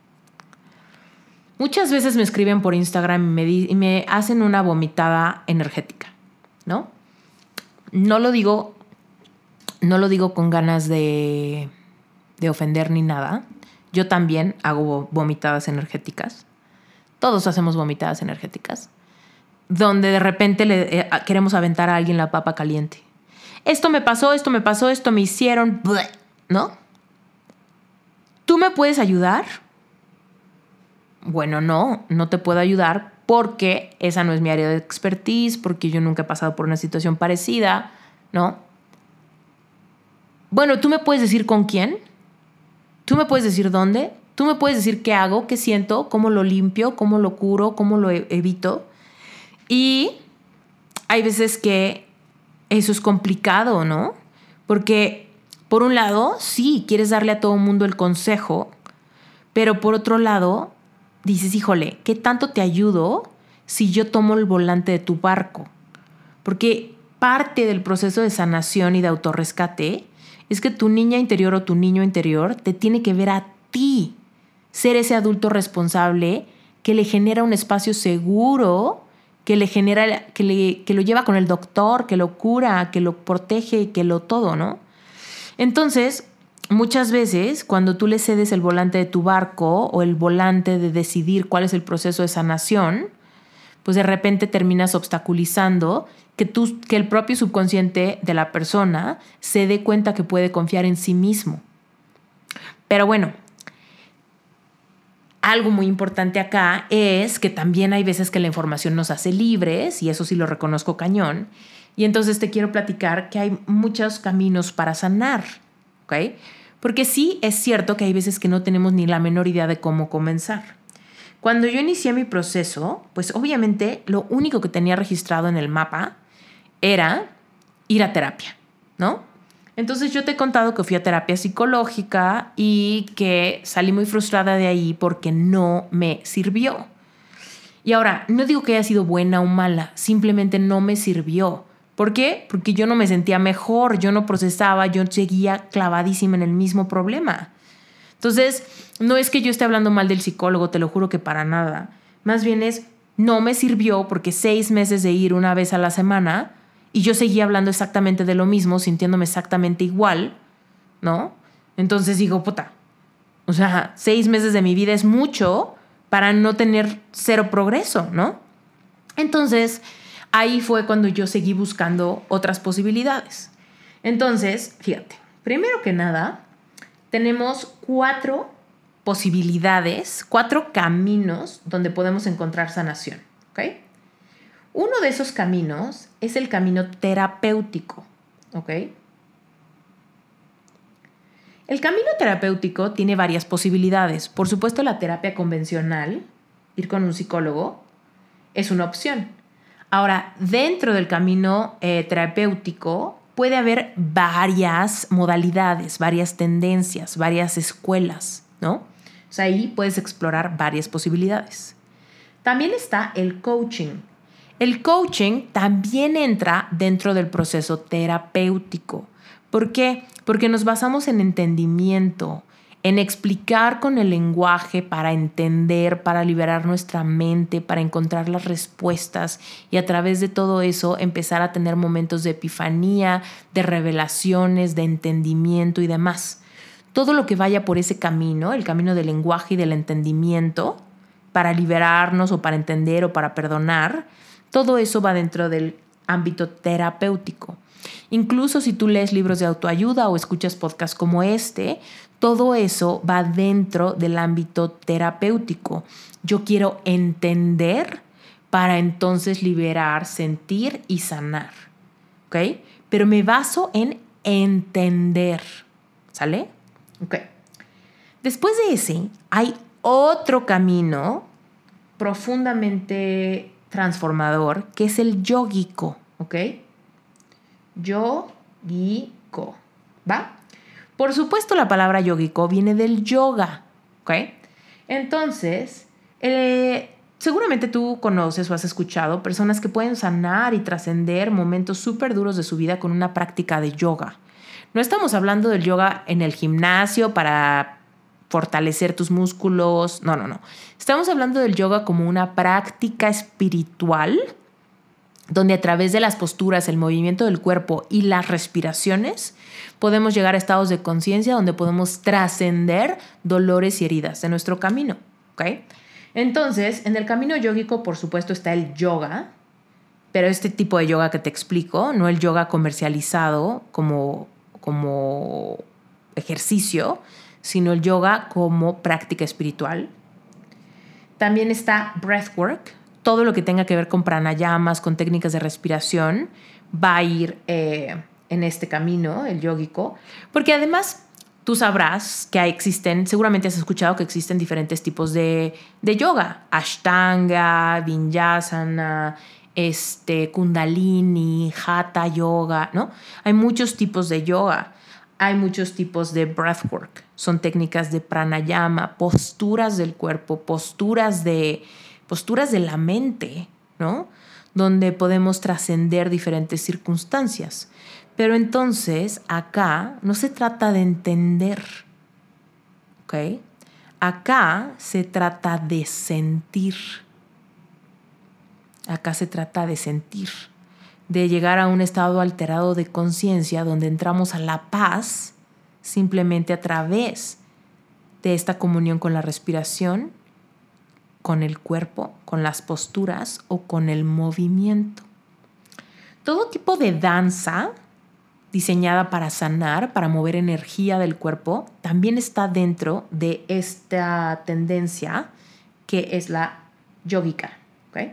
Muchas veces me escriben por Instagram y me hacen una vomitada energética, ¿no? No lo digo con ganas de ofender ni nada. Yo también hago vomitadas energéticas. Todos hacemos vomitadas energéticas. Donde de repente queremos aventar a alguien la papa caliente. Esto me pasó, esto me hicieron, ¿no? ¿Tú me puedes ayudar? Bueno, no te puedo ayudar porque esa no es mi área de expertise, porque yo nunca he pasado por una situación parecida, ¿no? Bueno, ¿tú me puedes decir con quién? ¿Tú me puedes decir dónde? ¿Tú me puedes decir qué hago, qué siento, cómo lo limpio, cómo lo curo, cómo lo evito? Y hay veces que eso es complicado, ¿no? Porque, por un lado, sí, quieres darle a todo el mundo el consejo, pero por otro lado, dices, híjole, ¿qué tanto te ayudo si yo tomo el volante de tu barco? Porque parte del proceso de sanación y de autorrescate es que tu niña interior o tu niño interior te tiene que ver a ti, ser ese adulto responsable que le genera un espacio seguro, que lo lleva con el doctor, que lo cura, que lo protege, que lo todo, ¿no? Entonces, muchas veces cuando tú le cedes el volante de tu barco o el volante de decidir cuál es el proceso de sanación, pues de repente terminas obstaculizando que el propio subconsciente de la persona se dé cuenta que puede confiar en sí mismo. Pero bueno, algo muy importante acá es que también hay veces que la información nos hace libres, y eso sí lo reconozco cañón. Y entonces te quiero platicar que hay muchos caminos para sanar, ¿ok? Porque sí es cierto que hay veces que no tenemos ni la menor idea de cómo comenzar. Cuando yo inicié mi proceso, pues obviamente lo único que tenía registrado en el mapa era ir a terapia, ¿no? Entonces yo te he contado que fui a terapia psicológica y que salí muy frustrada de ahí porque no me sirvió. Y ahora, no digo que haya sido buena o mala, simplemente no me sirvió. ¿Por qué? Porque yo no me sentía mejor, yo no procesaba, yo seguía clavadísima en el mismo problema. Entonces, no es que yo esté hablando mal del psicólogo, te lo juro que para nada. Más bien no me sirvió porque 6 meses de ir una vez a la semana y yo seguía hablando exactamente de lo mismo, sintiéndome exactamente igual, ¿no? Entonces digo, puta, o sea, 6 meses de mi vida es mucho para no tener cero progreso, ¿no? Entonces, ahí fue cuando yo seguí buscando otras posibilidades. Entonces, fíjate, primero que nada, tenemos 4 posibilidades, 4 caminos donde podemos encontrar sanación, ¿ok? Uno de esos caminos es el camino terapéutico, ¿ok? El camino terapéutico tiene varias posibilidades. Por supuesto, la terapia convencional, ir con un psicólogo, es una opción. Ahora, dentro del camino terapéutico puede haber varias modalidades, varias tendencias, varias escuelas, ¿no? O sea, ahí puedes explorar varias posibilidades. También está el coaching. El coaching también entra dentro del proceso terapéutico. ¿Por qué? Porque nos basamos en entendimiento, en explicar con el lenguaje para entender, para liberar nuestra mente, para encontrar las respuestas y a través de todo eso empezar a tener momentos de epifanía, de revelaciones, de entendimiento y demás. Todo lo que vaya por ese camino, el camino del lenguaje y del entendimiento, para liberarnos o para entender o para perdonar, todo eso va dentro del ámbito terapéutico. Incluso si tú lees libros de autoayuda o escuchas podcasts como este, todo eso va dentro del ámbito terapéutico. Yo quiero entender para entonces liberar, sentir y sanar, ¿ok? Pero me baso en entender. ¿Sale? Ok. Después de ese, hay otro camino profundamente transformador, que es el yógico. ¿Ok? Yógico. ¿Va? Por supuesto, la palabra yógico viene del yoga. ¿Ok? Entonces, seguramente tú conoces o has escuchado personas que pueden sanar y trascender momentos súper duros de su vida con una práctica de yoga. No estamos hablando del yoga en el gimnasio para fortalecer tus músculos. No. Estamos hablando del yoga como una práctica espiritual donde a través de las posturas, el movimiento del cuerpo y las respiraciones podemos llegar a estados de conciencia donde podemos trascender dolores y heridas de nuestro camino. ¿Ok? Entonces, en el camino yógico, por supuesto, está el yoga, pero este tipo de yoga que te explico, no el yoga comercializado como ejercicio, sino el yoga como práctica espiritual. También está breathwork, todo lo que tenga que ver con pranayamas, con técnicas de respiración, va a ir en este camino, el yógico, porque además tú sabrás que seguramente has escuchado que existen diferentes tipos de yoga, Ashtanga, Vinyasana, Kundalini, Hatha Yoga, ¿no? Hay muchos tipos de yoga, hay muchos tipos de breathwork, son técnicas de pranayama, posturas del cuerpo, posturas de la mente, ¿no? Donde podemos trascender diferentes circunstancias. Pero entonces acá no se trata de entender, ¿ok? Acá se trata de sentir. Acá se trata de sentir, de llegar a un estado alterado de conciencia donde entramos a la paz simplemente a través de esta comunión con la respiración, con el cuerpo, con las posturas o con el movimiento. Todo tipo de danza diseñada para sanar, para mover energía del cuerpo, también está dentro de esta tendencia que es la yógica. ¿Okay?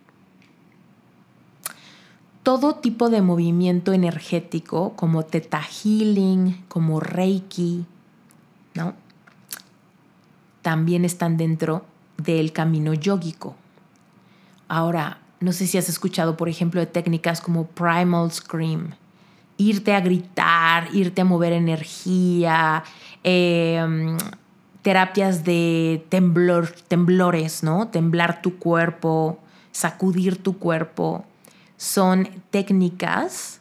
Todo tipo de movimiento energético como Theta Healing, como Reiki, ¿no? También están dentro del camino yógico. Ahora, no sé si has escuchado, por ejemplo, de técnicas como Primal Scream, irte a gritar, irte a mover energía, terapias de temblores, ¿no? Temblar tu cuerpo, sacudir tu cuerpo. Son técnicas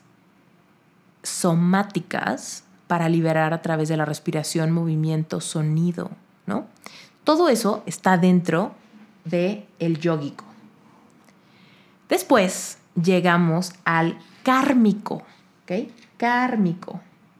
somáticas para liberar a través de la respiración, movimiento, sonido, ¿no? Todo eso está dentro del yógico. Después llegamos al kármico, ¿ok? Kármico.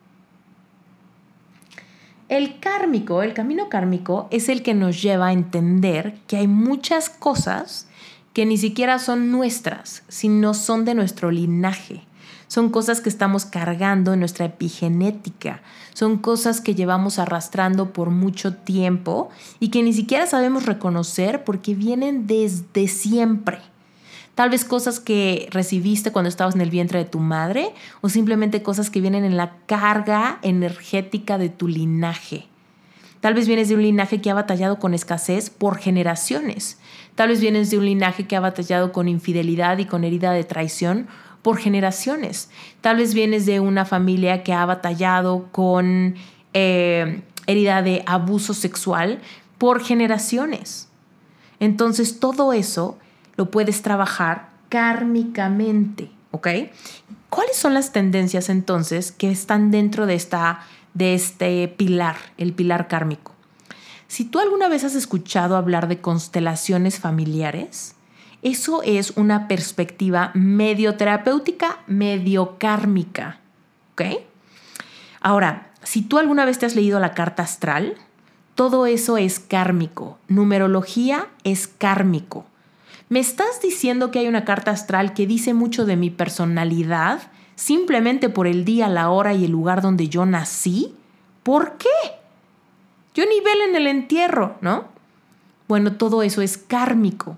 El camino kármico es el que nos lleva a entender que hay muchas cosas que ni siquiera son nuestras, sino son de nuestro linaje. Son cosas que estamos cargando en nuestra epigenética. Son cosas que llevamos arrastrando por mucho tiempo y que ni siquiera sabemos reconocer porque vienen desde siempre. Tal vez cosas que recibiste cuando estabas en el vientre de tu madre o simplemente cosas que vienen en la carga energética de tu linaje. Tal vez vienes de un linaje que ha batallado con escasez por generaciones. Tal vez vienes de un linaje que ha batallado con infidelidad y con herida de traición por generaciones. Tal vez vienes de una familia que ha batallado con herida de abuso sexual por generaciones. Entonces, todo eso lo puedes trabajar kármicamente, ¿ok? ¿Cuáles son las tendencias entonces que están dentro de este pilar, el pilar kármico? Si tú alguna vez has escuchado hablar de constelaciones familiares, eso es una perspectiva medio terapéutica, medio kármica, ¿ok? Ahora, si tú alguna vez te has leído la carta astral, todo eso es kármico. Numerología es kármico. ¿Me estás diciendo que hay una carta astral que dice mucho de mi personalidad simplemente por el día, la hora y el lugar donde yo nací? ¿Por qué? Yo ni velo en el entierro, ¿no? Bueno, todo eso es kármico.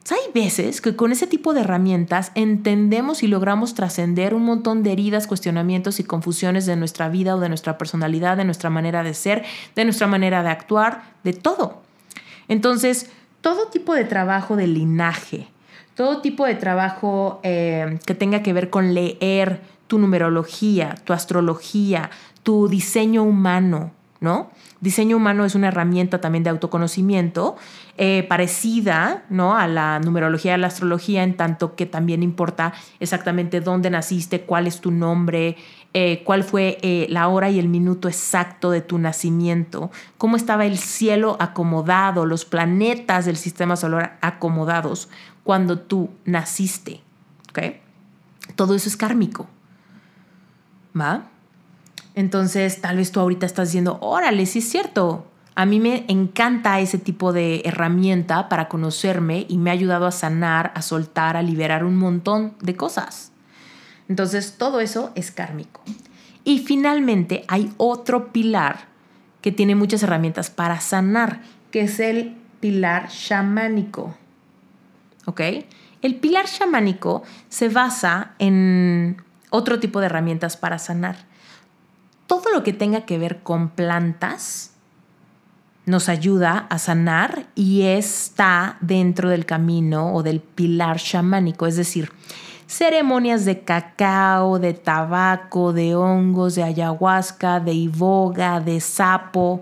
Hay veces que con ese tipo de herramientas entendemos y logramos trascender un montón de heridas, cuestionamientos y confusiones de nuestra vida o de nuestra personalidad, de nuestra manera de ser, de nuestra manera de actuar, de todo. Entonces, todo tipo de trabajo de linaje, todo tipo de trabajo que tenga que ver con leer tu numerología, tu astrología, tu diseño humano, ¿no? Diseño humano es una herramienta también de autoconocimiento parecida, ¿no?, a la numerología y a la astrología, en tanto que también importa exactamente dónde naciste, cuál es tu nombre, cuál fue la hora y el minuto exacto de tu nacimiento, cómo estaba el cielo acomodado, los planetas del sistema solar acomodados cuando tú naciste, ¿ok? Todo eso es kármico, ¿va? Entonces, tal vez tú ahorita estás diciendo, órale, sí es cierto. A mí me encanta ese tipo de herramienta para conocerme y me ha ayudado a sanar, a soltar, a liberar un montón de cosas. Entonces, todo eso es kármico. Y finalmente, hay otro pilar que tiene muchas herramientas para sanar, que es el pilar chamánico. ¿Ok? El pilar chamánico se basa en otro tipo de herramientas para sanar. Todo lo que tenga que ver con plantas nos ayuda a sanar y está dentro del camino o del pilar chamánico, es decir, ceremonias de cacao, de tabaco, de hongos, de ayahuasca, de iboga, de sapo,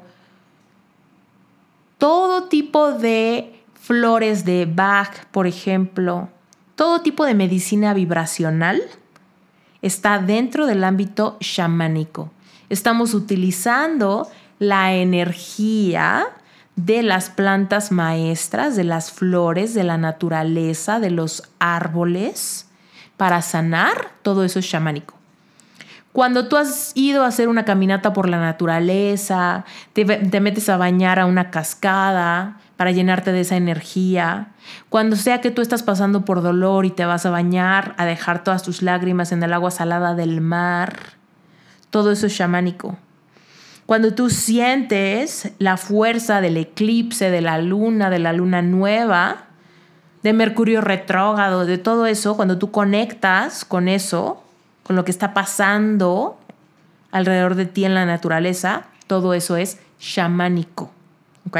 todo tipo de flores de Bach, por ejemplo, todo tipo de medicina vibracional está dentro del ámbito chamánico. Estamos utilizando la energía de las plantas maestras, de las flores, de la naturaleza, de los árboles, para sanar. Todo eso es chamánico. Cuando tú has ido a hacer una caminata por la naturaleza, te metes a bañar a una cascada para llenarte de esa energía. Cuando sea que tú estás pasando por dolor y te vas a bañar, a dejar todas tus lágrimas en el agua salada del mar, todo eso es chamánico. Cuando tú sientes la fuerza del eclipse, de la luna nueva, de Mercurio retrógrado, de todo eso, cuando tú conectas con eso, con lo que está pasando alrededor de ti en la naturaleza, todo eso es chamánico. ¿Ok?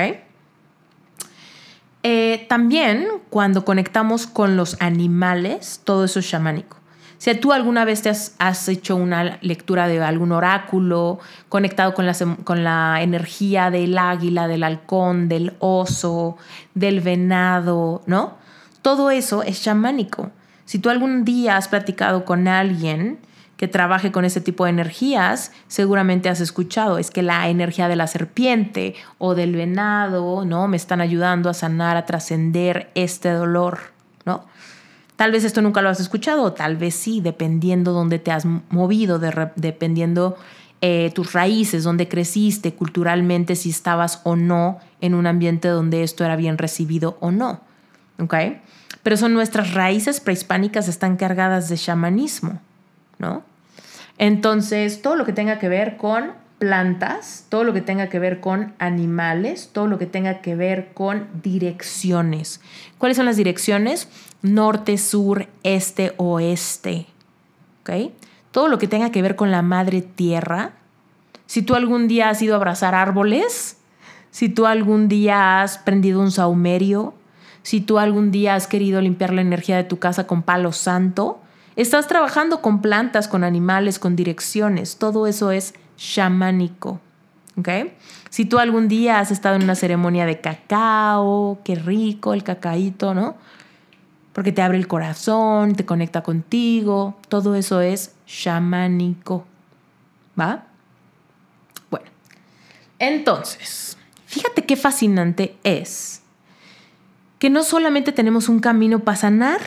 También cuando conectamos con los animales, todo eso es chamánico. Si tú alguna vez te has hecho una lectura de algún oráculo, conectado con la energía del águila, del halcón, del oso, del venado, ¿no? Todo eso es chamánico. Si tú algún día has platicado con alguien que trabaje con ese tipo de energías, seguramente has escuchado, es que la energía de la serpiente o del venado, ¿no?, me están ayudando a sanar, a trascender este dolor, ¿no? Tal vez esto nunca lo has escuchado, o tal vez sí, dependiendo dónde te has movido, dependiendo tus raíces, dónde creciste culturalmente, si estabas o no en un ambiente donde esto era bien recibido o no. ¿Ok? Pero son nuestras raíces prehispánicas, están cargadas de chamanismo, ¿no? Entonces, todo lo que tenga que ver con plantas, todo lo que tenga que ver con animales, todo lo que tenga que ver con direcciones. ¿Cuáles son las direcciones? Norte, sur, este, oeste. ¿Ok? Todo lo que tenga que ver con la madre tierra. Si tú algún día has ido a abrazar árboles, si tú algún día has prendido un sahumerio, si tú algún día has querido limpiar la energía de tu casa con palo santo, estás trabajando con plantas, con animales, con direcciones. Todo eso es chamánico. ¿Ok? Si tú algún día has estado en una ceremonia de cacao, qué rico el cacaíto, ¿no? Porque te abre el corazón, te conecta contigo. Todo eso es chamánico. ¿Va? Bueno, entonces, fíjate qué fascinante es que no solamente tenemos un camino para sanar.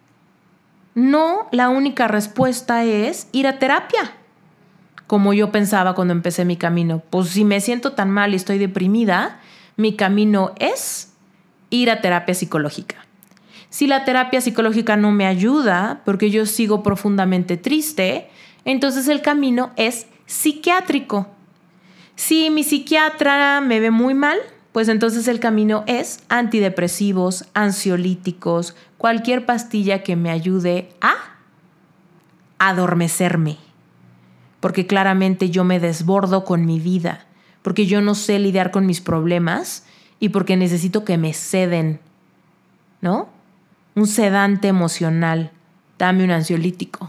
No, la única respuesta es ir a terapia. Como yo pensaba cuando empecé mi camino. Pues si me siento tan mal y estoy deprimida, mi camino es ir a terapia psicológica. Si la terapia psicológica no me ayuda porque yo sigo profundamente triste, entonces el camino es psiquiátrico. Si mi psiquiatra me ve muy mal pues entonces el camino es antidepresivos, ansiolíticos, cualquier pastilla que me ayude a adormecerme. Porque claramente yo me desbordo con mi vida, porque yo no sé lidiar con mis problemas y porque necesito que me ceden, ¿no? Un sedante emocional. Dame un ansiolítico.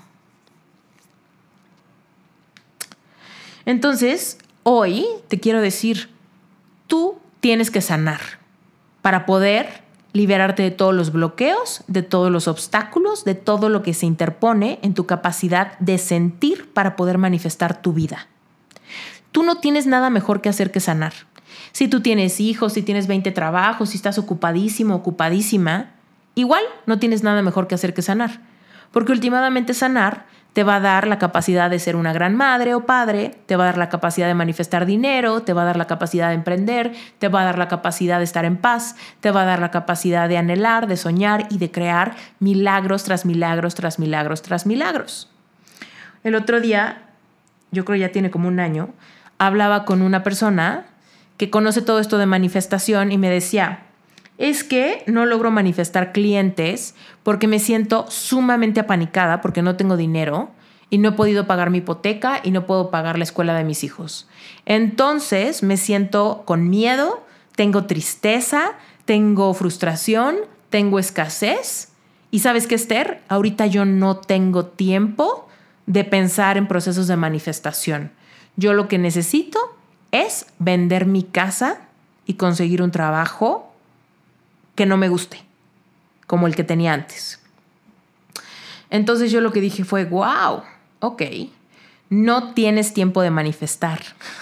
Entonces, hoy te quiero decir, tú tienes que sanar para poder liberarte de todos los bloqueos, de todos los obstáculos, de todo lo que se interpone en tu capacidad de sentir para poder manifestar tu vida. Tú no tienes nada mejor que hacer que sanar. Si tú tienes hijos, si tienes 20 trabajos, si estás ocupadísimo, ocupadísima, igual no tienes nada mejor que hacer que sanar. Porque últimamente sanar te va a dar la capacidad de ser una gran madre o padre, te va a dar la capacidad de manifestar dinero, te va a dar la capacidad de emprender, te va a dar la capacidad de estar en paz, te va a dar la capacidad de anhelar, de soñar y de crear milagros tras milagros, tras milagros, tras milagros. El otro día, yo creo ya tiene como un año, hablaba con una persona que conoce todo esto de manifestación y me decía, es que no logro manifestar clientes porque me siento sumamente apanicada porque no tengo dinero y no he podido pagar mi hipoteca y no puedo pagar la escuela de mis hijos. Entonces me siento con miedo, tengo tristeza, tengo frustración, tengo escasez. Y ¿sabes qué, Esther? Ahorita yo no tengo tiempo de pensar en procesos de manifestación. Yo lo que necesito es vender mi casa y conseguir un trabajo que no me guste, como el que tenía antes. Entonces yo lo que dije fue, wow, ok, no tienes tiempo de manifestar.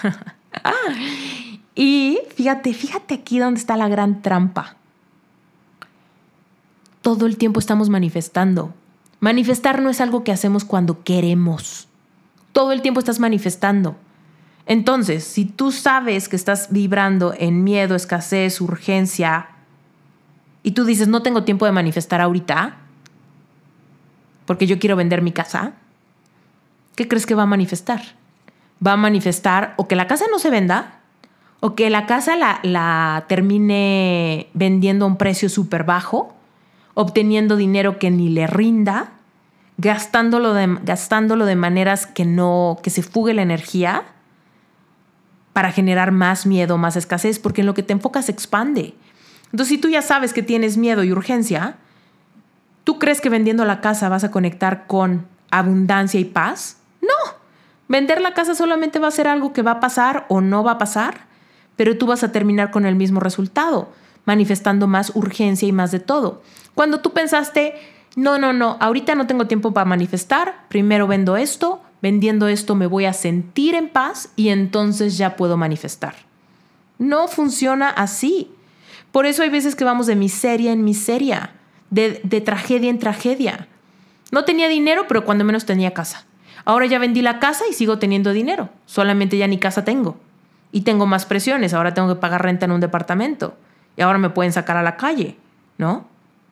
Y fíjate aquí donde está la gran trampa. Todo el tiempo estamos manifestando. Manifestar no es algo que hacemos cuando queremos. Todo el tiempo estás manifestando. Entonces, si tú sabes que estás vibrando en miedo, escasez, urgencia, y tú dices, no tengo tiempo de manifestar ahorita porque yo quiero vender mi casa, ¿qué crees que va a manifestar? Va a manifestar o que la casa no se venda o que la casa la termine vendiendo a un precio súper bajo, obteniendo dinero que ni le rinda, gastándolo de maneras que se fugue la energía para generar más miedo, más escasez, porque en lo que te enfocas se expande. Entonces, si tú ya sabes que tienes miedo y urgencia, ¿tú crees que vendiendo la casa vas a conectar con abundancia y paz? No. Vender la casa solamente va a ser algo que va a pasar o no va a pasar, pero tú vas a terminar con el mismo resultado, manifestando más urgencia y más de todo. Cuando tú pensaste, no, ahorita no tengo tiempo para manifestar, primero vendo esto, vendiendo esto me voy a sentir en paz y entonces ya puedo manifestar. No funciona así. Por eso hay veces que vamos de miseria en miseria, de tragedia en tragedia. No tenía dinero, pero cuando menos tenía casa. Ahora ya vendí la casa y sigo teniendo dinero. Solamente ya ni casa tengo. Y tengo más presiones. Ahora tengo que pagar renta en un departamento. Y ahora me pueden sacar a la calle, ¿no?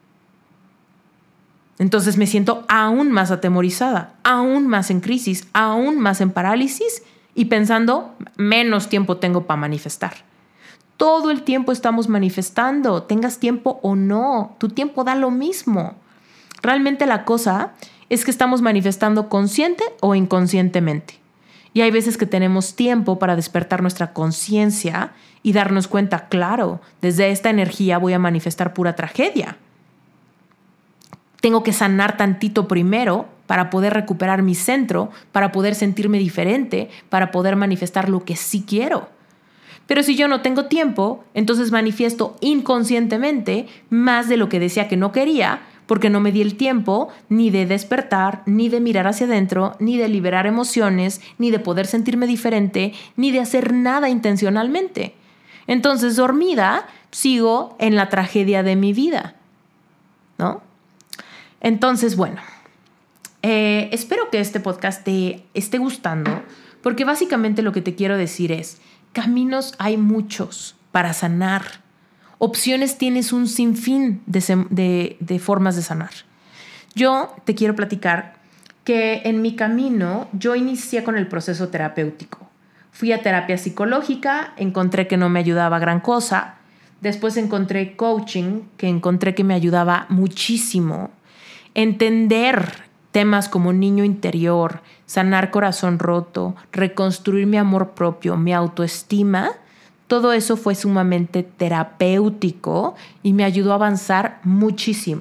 Entonces me siento aún más atemorizada, aún más en crisis, aún más en parálisis y pensando, menos tiempo tengo para manifestar. Todo el tiempo estamos manifestando, tengas tiempo o no, tu tiempo da lo mismo. Realmente la cosa es que estamos manifestando consciente o inconscientemente. Y hay veces que tenemos tiempo para despertar nuestra conciencia y darnos cuenta, claro, desde esta energía voy a manifestar pura tragedia. Tengo que sanar tantito primero para poder recuperar mi centro, para poder sentirme diferente, para poder manifestar lo que sí quiero. Pero si yo no tengo tiempo, entonces manifiesto inconscientemente más de lo que decía que no quería, porque no me di el tiempo ni de despertar, ni de mirar hacia adentro, ni de liberar emociones, ni de poder sentirme diferente, ni de hacer nada intencionalmente. Entonces, dormida, sigo en la tragedia de mi vida, ¿no? Entonces, bueno, espero que este podcast te esté gustando, porque básicamente lo que te quiero decir es, caminos hay muchos para sanar. Opciones tienes un sinfín de formas de sanar. Yo te quiero platicar que en mi camino yo inicié con el proceso terapéutico. Fui a terapia psicológica, encontré que no me ayudaba gran cosa Después encontré coaching, que encontré que me ayudaba muchísimo. Entender temas como niño interior, sanar corazón roto, reconstruir mi amor propio, mi autoestima, todo eso fue sumamente terapéutico y me ayudó a avanzar muchísimo.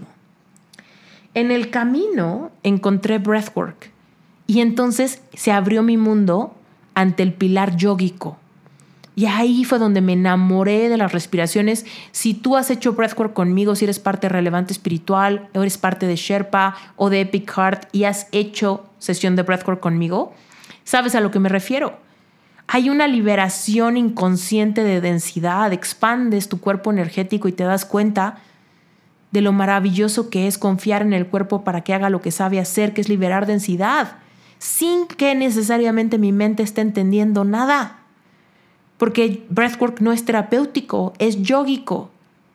En el camino encontré breathwork y entonces se abrió mi mundo ante el pilar yógico. Y ahí fue donde me enamoré de las respiraciones. Si tú has hecho breathwork conmigo, si eres parte de Relevante Espiritual, o eres parte de Sherpa o de Epic Heart y has hecho sesión de breathwork conmigo, sabes a lo que me refiero. Hay una liberación inconsciente de densidad, expandes tu cuerpo energético y te das cuenta de lo maravilloso que es confiar en el cuerpo para que haga lo que sabe hacer, que es liberar densidad, sin que necesariamente mi mente esté entendiendo nada. Porque breathwork no es terapéutico, es yógico.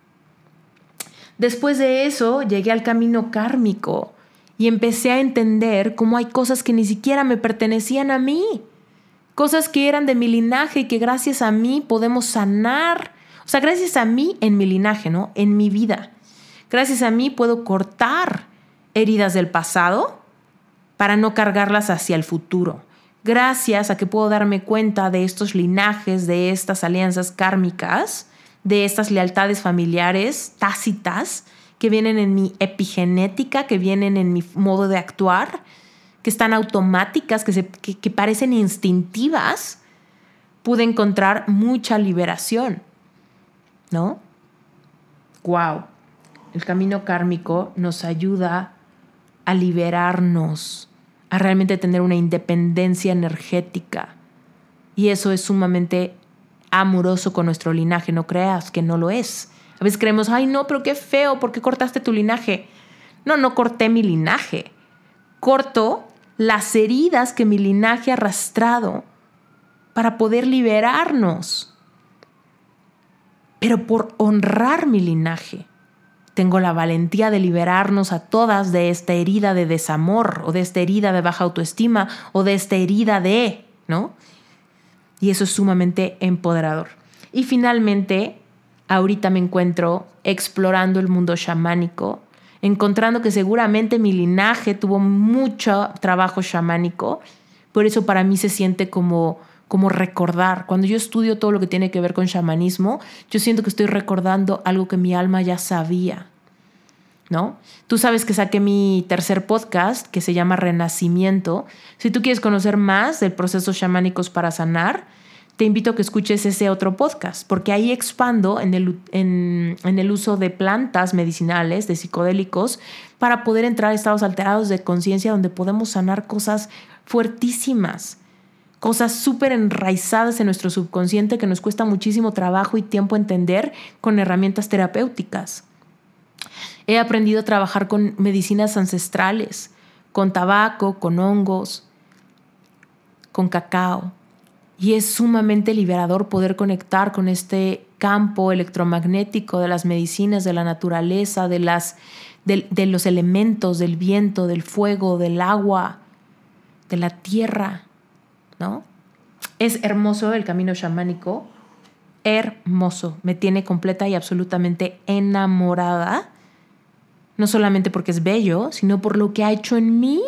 Después de eso llegué al camino kármico y empecé a entender cómo hay cosas que ni siquiera me pertenecían a mí. Cosas que eran de mi linaje y que gracias a mí podemos sanar. O sea, gracias a mí en mi linaje, ¿no? En mi vida. Gracias a mí puedo cortar heridas del pasado para no cargarlas hacia el futuro. Gracias a que puedo darme cuenta de estos linajes, de estas alianzas kármicas, de estas lealtades familiares tácitas que vienen en mi epigenética, que vienen en mi modo de actuar, que están automáticas, que parecen instintivas, pude encontrar mucha liberación, ¿no? ¡Wow! El camino kármico nos ayuda a liberarnos, a realmente tener una independencia energética. Y eso es sumamente amoroso con nuestro linaje. No creas que no lo es. A veces creemos, ay no, pero qué feo, ¿por qué cortaste tu linaje? No corté mi linaje. Corto las heridas que mi linaje ha arrastrado para poder liberarnos. Pero por honrar mi linaje, tengo la valentía de liberarnos a todas de esta herida de desamor o de esta herida de baja autoestima o de esta herida de, ¿no? Y eso es sumamente empoderador. Y finalmente, ahorita me encuentro explorando el mundo chamánico, encontrando que seguramente mi linaje tuvo mucho trabajo chamánico. Por eso para mí se siente como recordar. Cuando yo estudio todo lo que tiene que ver con chamanismo, yo siento que estoy recordando algo que mi alma ya sabía, ¿no? Tú sabes que saqué mi tercer podcast que se llama Renacimiento. Si tú quieres conocer más del procesos chamánicos para sanar, te invito a que escuches ese otro podcast, porque ahí expando en el uso de plantas medicinales, de psicodélicos, para poder entrar a estados alterados de conciencia donde podemos sanar cosas fuertísimas, cosas súper enraizadas en nuestro subconsciente que nos cuesta muchísimo trabajo y tiempo entender con herramientas terapéuticas. He aprendido a trabajar con medicinas ancestrales, con tabaco, con hongos, con cacao. Y es sumamente liberador poder conectar con este campo electromagnético de las medicinas, de la naturaleza, de los elementos, del viento, del fuego, del agua, de la tierra, ¿no? Es hermoso el camino chamánico, hermoso. Me tiene completa y absolutamente enamorada, no solamente porque es bello, sino por lo que ha hecho en mí.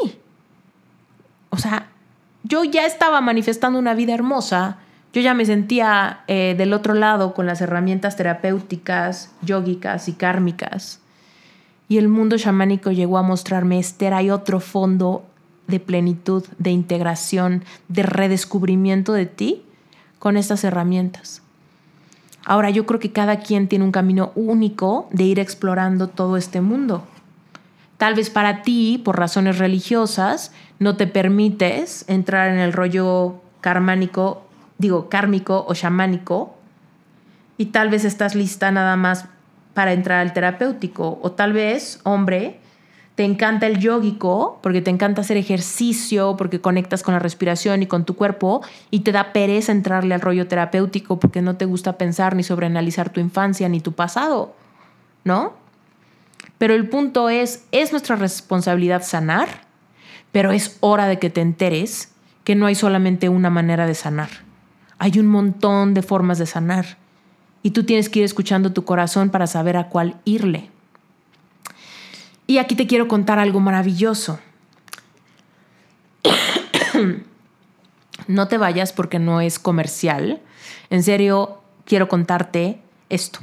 O sea, yo ya estaba manifestando una vida hermosa, yo ya me sentía del otro lado con las herramientas terapéuticas, yógicas y kármicas. Y el mundo chamánico llegó a mostrarme, Esther, hay otro fondo de plenitud, de integración, de redescubrimiento de ti con estas herramientas. Ahora, yo creo que cada quien tiene un camino único de ir explorando todo este mundo. Tal vez para ti, por razones religiosas, no te permites entrar en el rollo kármico o chamánico, y tal vez estás lista nada más para entrar al terapéutico. O tal vez, hombre, te encanta el yógico porque te encanta hacer ejercicio, porque conectas con la respiración y con tu cuerpo, y te da pereza entrarle al rollo terapéutico porque no te gusta pensar ni sobreanalizar tu infancia ni tu pasado, ¿no? Pero el punto es nuestra responsabilidad sanar, pero es hora de que te enteres que no hay solamente una manera de sanar. Hay un montón de formas de sanar. y tú tienes que ir escuchando tu corazón para saber a cuál irle. Y aquí te quiero contar algo maravilloso. No te vayas porque no es comercial. En serio, quiero contarte esto.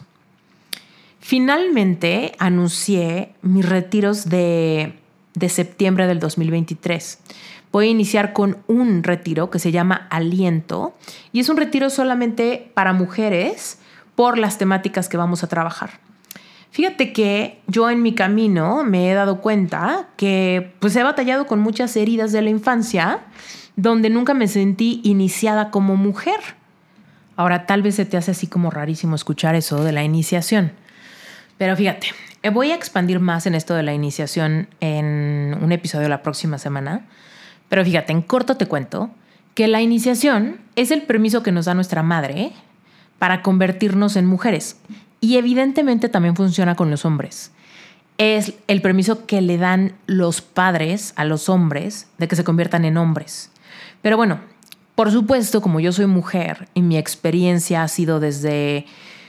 Finalmente anuncié mis retiros de septiembre del 2023. Voy a iniciar con un retiro que se llama Aliento y es un retiro solamente para mujeres por las temáticas que vamos a trabajar. Fíjate que yo en mi camino me he dado cuenta que pues he batallado con muchas heridas de la infancia donde nunca me sentí iniciada como mujer. Ahora tal vez se te hace así como rarísimo escuchar eso de la iniciación. Pero fíjate, voy a expandir más en esto de la iniciación en un episodio la próxima semana. Pero fíjate, en corto te cuento que la iniciación es el permiso que nos da nuestra madre para convertirnos en mujeres. Y evidentemente también funciona con los hombres. Es el permiso que le dan los padres a los hombres de que se conviertan en hombres. Pero bueno, por supuesto, como yo soy mujer y mi experiencia ha sido desde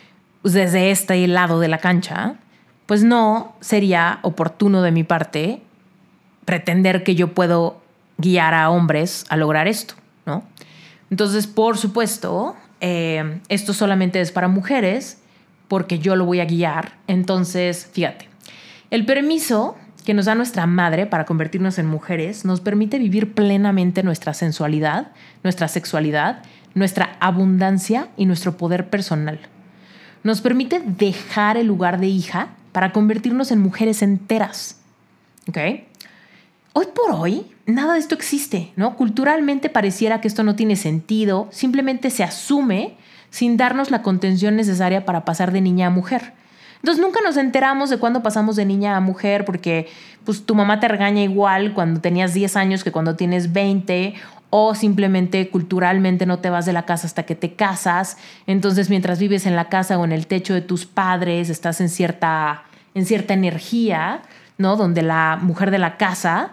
este lado de la cancha, pues no sería oportuno de mi parte pretender que yo puedo guiar a hombres a lograr esto, ¿no? Entonces, por supuesto, esto solamente es para mujeres porque yo lo voy a guiar. Entonces, fíjate, el permiso que nos da nuestra madre para convertirnos en mujeres nos permite vivir plenamente nuestra sensualidad, nuestra sexualidad, nuestra abundancia y nuestro poder personal. Nos permite dejar el lugar de hija para convertirnos en mujeres enteras. ¿Ok? Hoy por hoy, nada de esto existe, ¿no? Culturalmente pareciera que esto no tiene sentido, simplemente se asume sin darnos la contención necesaria para pasar de niña a mujer. Entonces nunca nos enteramos de cuándo pasamos de niña a mujer porque pues, tu mamá te regaña igual cuando tenías 10 años que cuando tienes 20, o simplemente culturalmente no te vas de la casa hasta que te casas. Entonces mientras vives en la casa o en el techo de tus padres estás en cierta energía, ¿no? Donde la mujer de la casa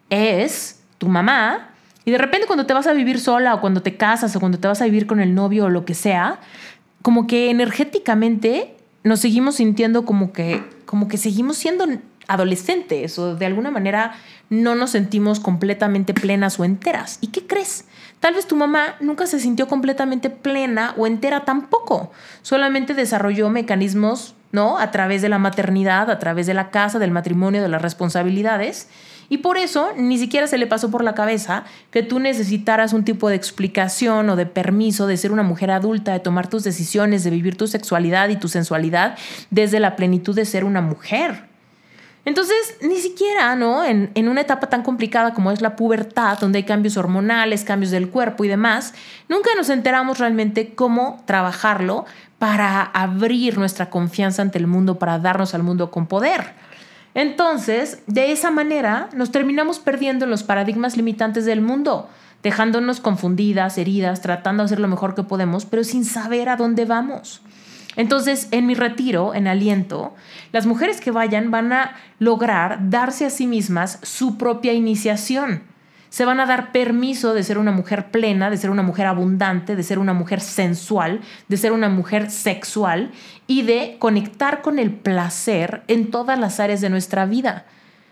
es tu mamá. Y de repente cuando te vas a vivir sola o cuando te casas o cuando te vas a vivir con el novio o lo que sea, como que energéticamente nos seguimos sintiendo como que seguimos siendo adolescentes o de alguna manera no nos sentimos completamente plenas o enteras. ¿Y qué crees? Tal vez tu mamá nunca se sintió completamente plena o entera tampoco. Solamente desarrolló mecanismos, ¿no? A través de la maternidad, a través de la casa, del matrimonio, de las responsabilidades. Y por eso ni siquiera se le pasó por la cabeza que tú necesitaras un tipo de explicación o de permiso de ser una mujer adulta, de tomar tus decisiones, de vivir tu sexualidad y tu sensualidad desde la plenitud de ser una mujer. Entonces, ni siquiera, ¿no? En una etapa tan complicada como es la pubertad, donde hay cambios hormonales, cambios del cuerpo y demás, nunca nos enteramos realmente cómo trabajarlo para abrir nuestra confianza ante el mundo, para darnos al mundo con poder. Entonces, de esa manera, nos terminamos perdiendo en los paradigmas limitantes del mundo, dejándonos confundidas, heridas, tratando de hacer lo mejor que podemos, pero sin saber a dónde vamos. Entonces, en mi retiro, en Aliento, las mujeres que vayan van a lograr darse a sí mismas su propia iniciación. Se van a dar permiso de ser una mujer plena, de ser una mujer abundante, de ser una mujer sensual, de ser una mujer sexual y de conectar con el placer en todas las áreas de nuestra vida.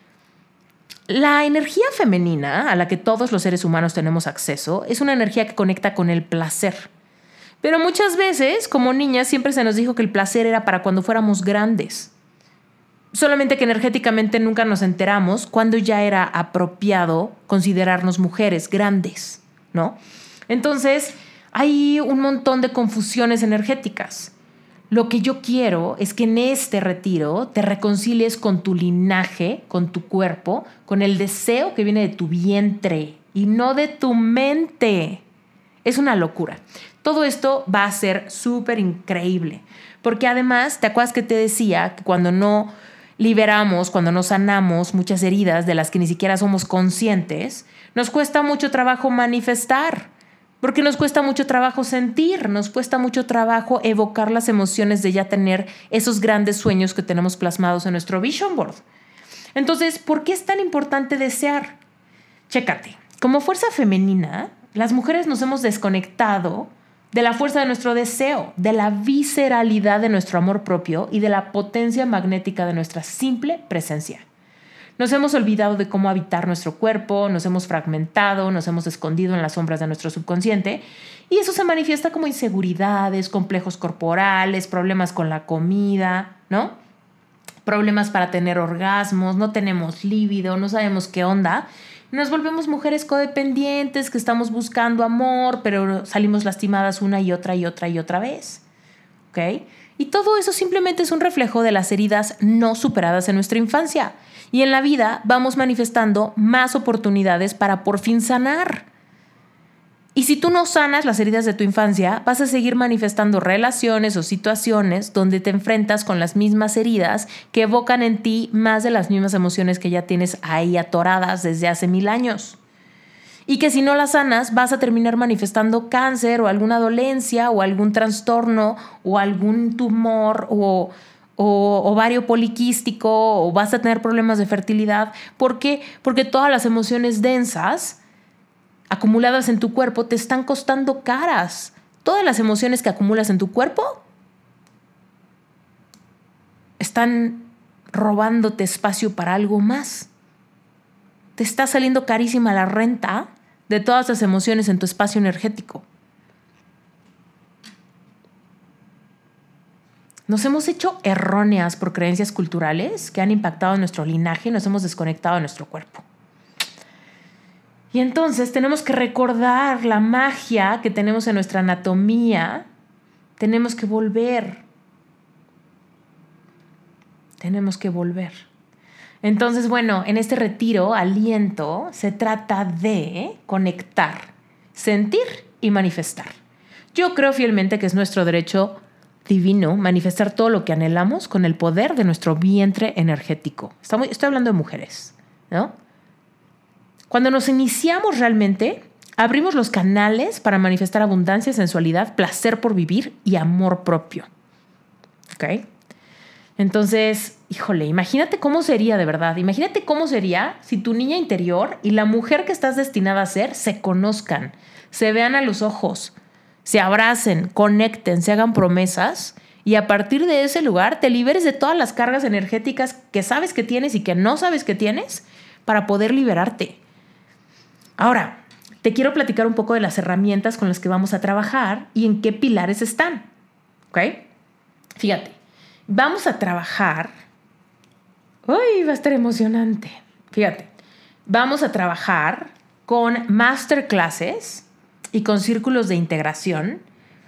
La energía femenina, a la que todos los seres humanos tenemos acceso, es una energía que conecta con el placer. Pero muchas veces, como niñas, siempre se nos dijo que el placer era para cuando fuéramos grandes. Solamente que energéticamente nunca nos enteramos cuando ya era apropiado considerarnos mujeres grandes, ¿no? Entonces, hay un montón de confusiones energéticas. Lo que yo quiero es que en este retiro te reconcilies con tu linaje, con tu cuerpo, con el deseo que viene de tu vientre y no de tu mente. Es una locura. Todo esto va a ser súper increíble. Porque además, ¿te acuerdas que te decía que cuando no liberamos, cuando no sanamos muchas heridas de las que ni siquiera somos conscientes, nos cuesta mucho trabajo manifestar? Porque nos cuesta mucho trabajo sentir, nos cuesta mucho trabajo evocar las emociones de ya tener esos grandes sueños que tenemos plasmados en nuestro vision board. Entonces, ¿por qué es tan importante desear? Chécate, como fuerza femenina, las mujeres nos hemos desconectado de la fuerza de nuestro deseo, de la visceralidad de nuestro amor propio y de la potencia magnética de nuestra simple presencia. Nos hemos olvidado de cómo habitar nuestro cuerpo, nos hemos fragmentado, nos hemos escondido en las sombras de nuestro subconsciente y eso se manifiesta como inseguridades, complejos corporales, problemas con la comida, ¿no? Problemas para tener orgasmos, no tenemos líbido, no sabemos qué onda. Nos volvemos mujeres codependientes que estamos buscando amor, pero salimos lastimadas una y otra vez. ¿Ok? Y todo eso simplemente es un reflejo de las heridas no superadas en nuestra infancia. Y en la vida vamos manifestando más oportunidades para por fin sanar. Y si tú no sanas las heridas de tu infancia, vas a seguir manifestando relaciones o situaciones donde te enfrentas con las mismas heridas que evocan en ti más de las mismas emociones que ya tienes ahí atoradas desde hace 1000 años. Y que si no las sanas, vas a terminar manifestando cáncer o alguna dolencia o algún trastorno o algún tumor o ovario poliquístico o vas a tener problemas de fertilidad. ¿Por qué? Porque todas las emociones densas acumuladas en tu cuerpo te están costando caras. Todas las emociones que acumulas en tu cuerpo están robándote espacio para algo más. Te está saliendo carísima la renta de todas las emociones en tu espacio energético. Nos hemos hecho erróneas por creencias culturales que han impactado en nuestro linaje y nos hemos desconectado de nuestro cuerpo. Y entonces tenemos que recordar la magia que tenemos en nuestra anatomía. Tenemos que volver. Entonces, bueno, en este retiro, aliento, se trata de conectar, sentir y manifestar. Yo creo fielmente que es nuestro derecho divino manifestar todo lo que anhelamos con el poder de nuestro vientre energético. Estoy hablando de mujeres, ¿no? Cuando nos iniciamos realmente, abrimos los canales para manifestar abundancia, sensualidad, placer por vivir y amor propio. ¿Ok? Entonces, híjole, imagínate cómo sería de verdad. Imagínate cómo sería si tu niña interior y la mujer que estás destinada a ser se conozcan, se vean a los ojos, se abracen, conecten, se hagan promesas y a partir de ese lugar te liberes de todas las cargas energéticas que sabes que tienes y que no sabes que tienes para poder liberarte. Ahora, te quiero platicar un poco de las herramientas con las que vamos a trabajar y en qué pilares están. ¿Ok? Fíjate, vamos a trabajar. ¡Uy! Va a estar emocionante. Fíjate, vamos a trabajar con masterclasses y con círculos de integración.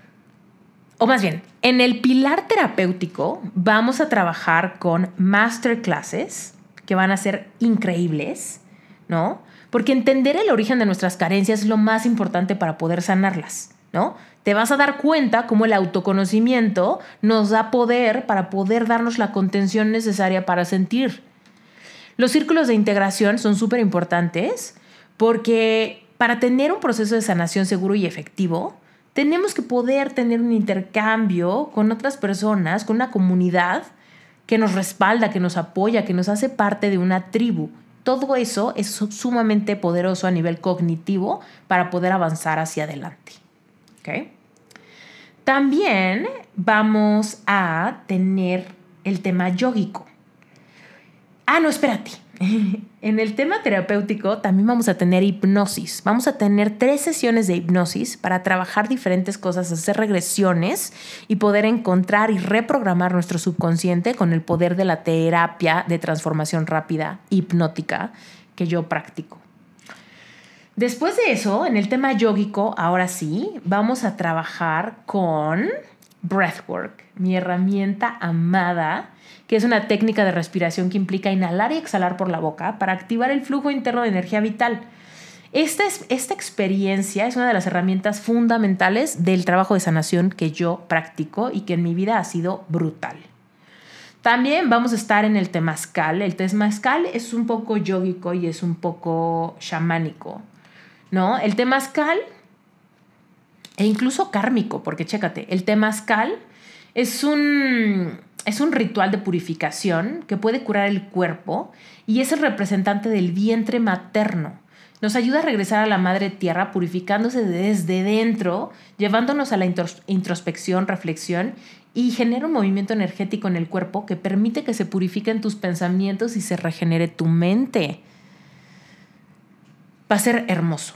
O más bien, en el pilar terapéutico vamos a trabajar con masterclasses que van a ser increíbles, ¿no? Porque entender el origen de nuestras carencias es lo más importante para poder sanarlas, ¿no? Te vas a dar cuenta cómo el autoconocimiento nos da poder para poder darnos la contención necesaria para sentir. Los círculos de integración son súper importantes porque para tener un proceso de sanación seguro y efectivo, tenemos que poder tener un intercambio con otras personas, con una comunidad que nos respalda, que nos apoya, que nos hace parte de una tribu. Todo eso es sumamente poderoso a nivel cognitivo para poder avanzar hacia adelante. ¿Okay? También vamos a tener el tema yógico. No, espérate. En el tema terapéutico también vamos a tener hipnosis. Vamos a tener 3 sesiones de hipnosis para trabajar diferentes cosas, hacer regresiones y poder encontrar y reprogramar nuestro subconsciente con el poder de la terapia de transformación rápida hipnótica que yo practico. Después de eso, en el tema yógico, ahora sí, vamos a trabajar con Breathwork, mi herramienta amada, que es una técnica de respiración que implica inhalar y exhalar por la boca para activar el flujo interno de energía vital. Esta experiencia es una de las herramientas fundamentales del trabajo de sanación que yo practico y que en mi vida ha sido brutal. También vamos a estar en el temazcal. El temazcal es un poco yógico y es un poco chamánico, ¿no? El temazcal e incluso kármico, porque chécate, el temazcal es un ritual de purificación que puede curar el cuerpo y es el representante del vientre materno. Nos ayuda a regresar a la madre tierra purificándose desde dentro, llevándonos a la introspección, reflexión y genera un movimiento energético en el cuerpo que permite que se purifiquen tus pensamientos y se regenere tu mente. Va a ser hermoso.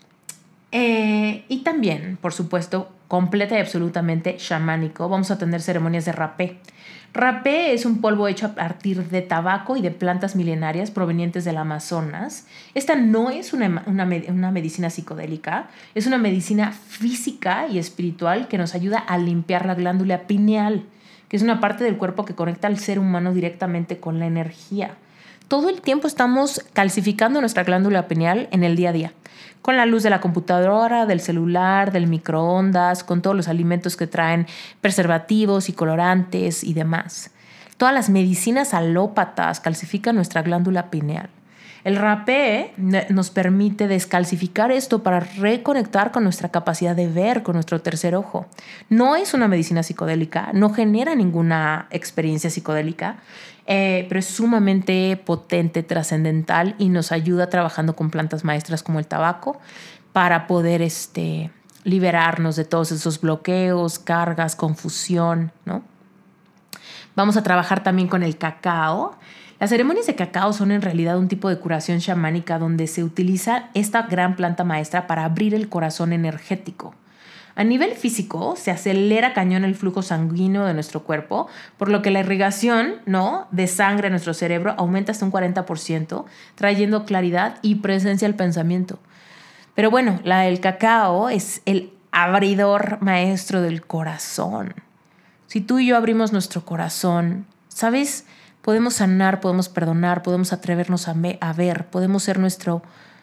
Y también, por supuesto, completa y absolutamente chamánico, vamos a tener ceremonias de rapé. Rapé es un polvo hecho a partir de tabaco y de plantas milenarias provenientes del Amazonas. Esta no es una medicina psicodélica, es una medicina física y espiritual que nos ayuda a limpiar la glándula pineal, que es una parte del cuerpo que conecta al ser humano directamente con la energía. Todo el tiempo estamos calcificando nuestra glándula pineal en el día a día, con la luz de la computadora, del celular, del microondas, con todos los alimentos que traen preservativos y colorantes y demás. Todas las medicinas alópatas calcifican nuestra glándula pineal. El rapé nos permite descalcificar esto para reconectar con nuestra capacidad de ver, con nuestro tercer ojo. No es una medicina psicodélica, no genera ninguna experiencia psicodélica, pero es sumamente potente, trascendental y nos ayuda trabajando con plantas maestras como el tabaco para poder liberarnos de todos esos bloqueos, cargas, confusión, ¿no? Vamos a trabajar también con el cacao. Las ceremonias de cacao son en realidad un tipo de curación chamánica donde se utiliza esta gran planta maestra para abrir el corazón energético. A nivel físico, se acelera cañón el flujo sanguíneo de nuestro cuerpo, por lo que la irrigación, ¿no?, de sangre en nuestro cerebro aumenta hasta un 40%, trayendo claridad y presencia al pensamiento. Pero bueno, el cacao es el abridor maestro del corazón. Si tú y yo abrimos nuestro corazón, ¿sabes?, podemos sanar, podemos perdonar, podemos atrevernos a ver, podemos ser nuestro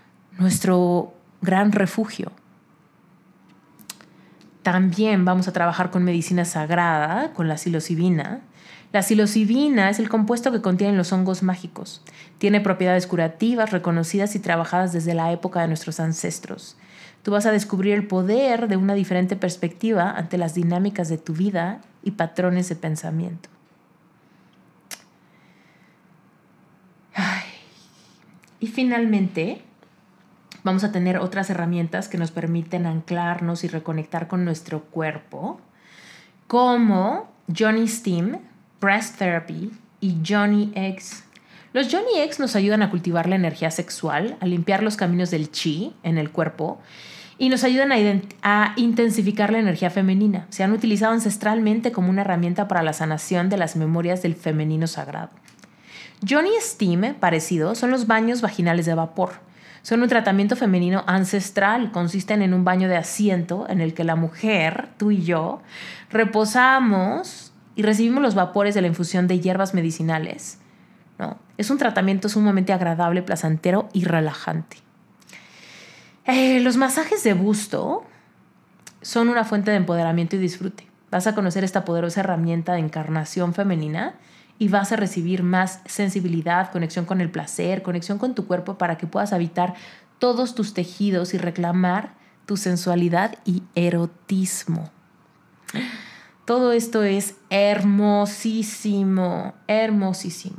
gran refugio. También vamos a trabajar con medicina sagrada, con la psilocibina. La psilocibina es el compuesto que contienen los hongos mágicos. Tiene propiedades curativas reconocidas y trabajadas desde la época de nuestros ancestros. Tú vas a descubrir el poder de una diferente perspectiva ante las dinámicas de tu vida y patrones de pensamiento. Y finalmente, vamos a tener otras herramientas que nos permiten anclarnos y reconectar con nuestro cuerpo, como Johnny Steam, Breast Therapy y Johnny Eggs. Los Johnny Eggs nos ayudan a cultivar la energía sexual, a limpiar los caminos del chi en el cuerpo y nos ayudan a intensificar la energía femenina. Se han utilizado ancestralmente como una herramienta para la sanación de las memorias del femenino sagrado. Johnny Steam, parecido, son los baños vaginales de vapor. Son un tratamiento femenino ancestral. Consisten en un baño de asiento en el que la mujer, tú y yo, reposamos y recibimos los vapores de la infusión de hierbas medicinales, ¿no? Es un tratamiento sumamente agradable, placentero y relajante. Los masajes de busto son una fuente de empoderamiento y disfrute. Vas a conocer esta poderosa herramienta de encarnación femenina y vas a recibir más sensibilidad, conexión con el placer, conexión con tu cuerpo para que puedas habitar todos tus tejidos y reclamar tu sensualidad y erotismo. Todo esto es hermosísimo, hermosísimo.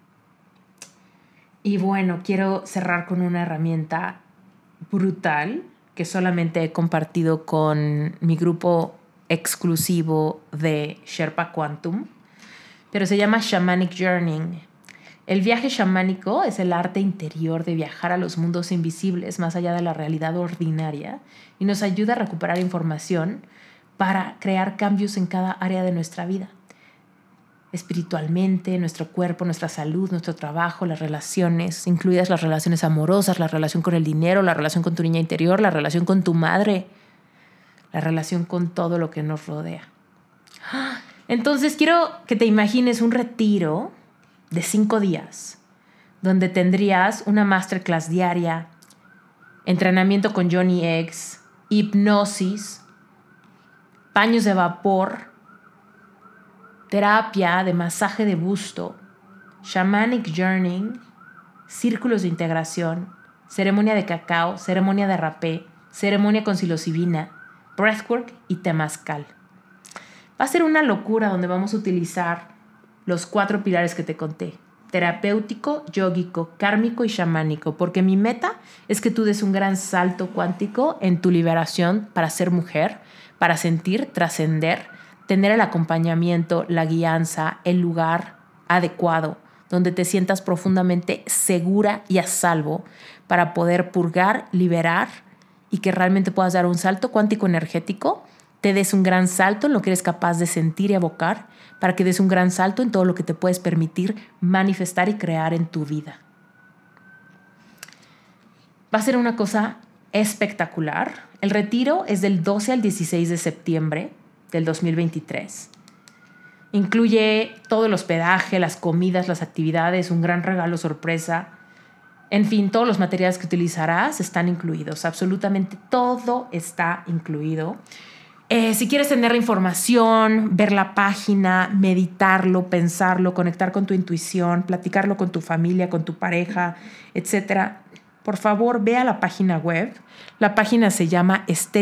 Y bueno, quiero cerrar con una herramienta brutal que solamente he compartido con mi grupo exclusivo de Sherpa Quantum, pero se llama Shamanic Journeying. El viaje chamánico es el arte interior de viajar a los mundos invisibles más allá de la realidad ordinaria y nos ayuda a recuperar información para crear cambios en cada área de nuestra vida. Espiritualmente, nuestro cuerpo, nuestra salud, nuestro trabajo, las relaciones, incluidas las relaciones amorosas, la relación con el dinero, la relación con tu niña interior, la relación con tu madre, la relación con todo lo que nos rodea. Entonces quiero que te imagines un retiro de 5 días donde tendrías una masterclass diaria, entrenamiento con Johnny Eggs, hipnosis, baños de vapor, terapia de masaje de busto, shamanic journeying, círculos de integración, ceremonia de cacao, ceremonia de rapé, ceremonia con psilocibina, breathwork y temazcal. Va a ser una locura donde vamos a utilizar los 4 pilares que te conté. terapéutico, yógico, kármico y chamánico, porque mi meta es que tú des un gran salto cuántico en tu liberación para ser mujer, para sentir, trascender, tener el acompañamiento, la guianza, el lugar adecuado, donde te sientas profundamente segura y a salvo para poder purgar, liberar y que realmente puedas dar un salto cuántico energético, te des un gran salto en lo que eres capaz de sentir y evocar, para que des un gran salto en todo lo que te puedes permitir manifestar y crear en tu vida. Va a ser una cosa espectacular. El retiro es del 12 al 16 de septiembre del 2023. Incluye todo el hospedaje, las comidas, las actividades, un gran regalo sorpresa. En fin, todos los materiales que utilizarás están incluidos. Absolutamente todo está incluido. Si quieres tener la información, ver la página, meditarlo, pensarlo, conectar con tu intuición, platicarlo con tu familia, con tu pareja, etc., por favor, ve a la página web. La página se llama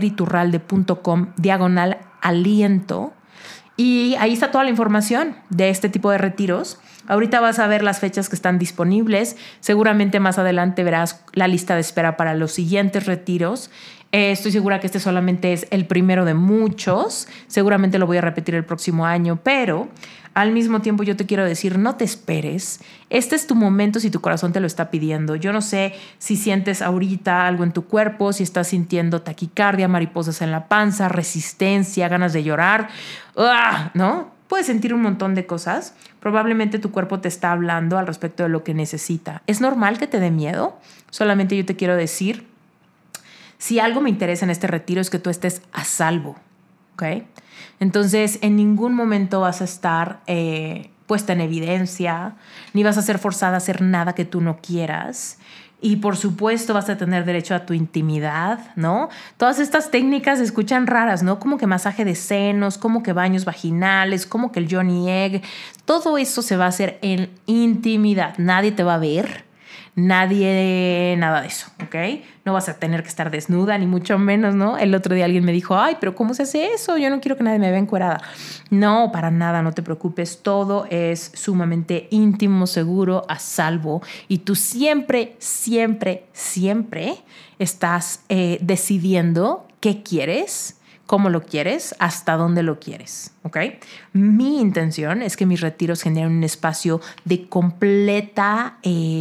esteriturralde.com/aliento y ahí está toda la información de este tipo de retiros. Ahorita vas a ver las fechas que están disponibles. Seguramente más adelante verás la lista de espera para los siguientes retiros. Estoy segura que este solamente es el primero de muchos. Seguramente lo voy a repetir el próximo año, pero al mismo tiempo yo te quiero decir, no te esperes. Este es tu momento si tu corazón te lo está pidiendo. Yo no sé si sientes ahorita algo en tu cuerpo, si estás sintiendo taquicardia, mariposas en la panza, resistencia, ganas de llorar, ¿no? Puedes sentir un montón de cosas. Probablemente tu cuerpo te está hablando al respecto de lo que necesita. ¿Es normal que te dé miedo? Solamente yo te quiero decir, si algo me interesa en este retiro es que tú estés a salvo, ¿ok? Entonces, en ningún momento vas a estar puesta en evidencia, ni vas a ser forzada a hacer nada que tú no quieras. Y, por supuesto, vas a tener derecho a tu intimidad, ¿no? Todas estas técnicas se escuchan raras, ¿no? Como que masaje de senos, como que baños vaginales, como que el Johnny Egg. Todo eso se va a hacer en intimidad. Nadie te va a ver. Nadie, nada de eso, ¿ok? No vas a tener que estar desnuda, ni mucho menos, ¿no? El otro día alguien me dijo, ay, pero ¿cómo se hace eso? Yo no quiero que nadie me vea encuerada. No, para nada, no te preocupes. Todo es sumamente íntimo, seguro, a salvo. Y tú siempre, siempre, siempre estás decidiendo qué quieres, cómo lo quieres, hasta dónde lo quieres, ¿ok? Mi intención es que mis retiros generen un espacio de completa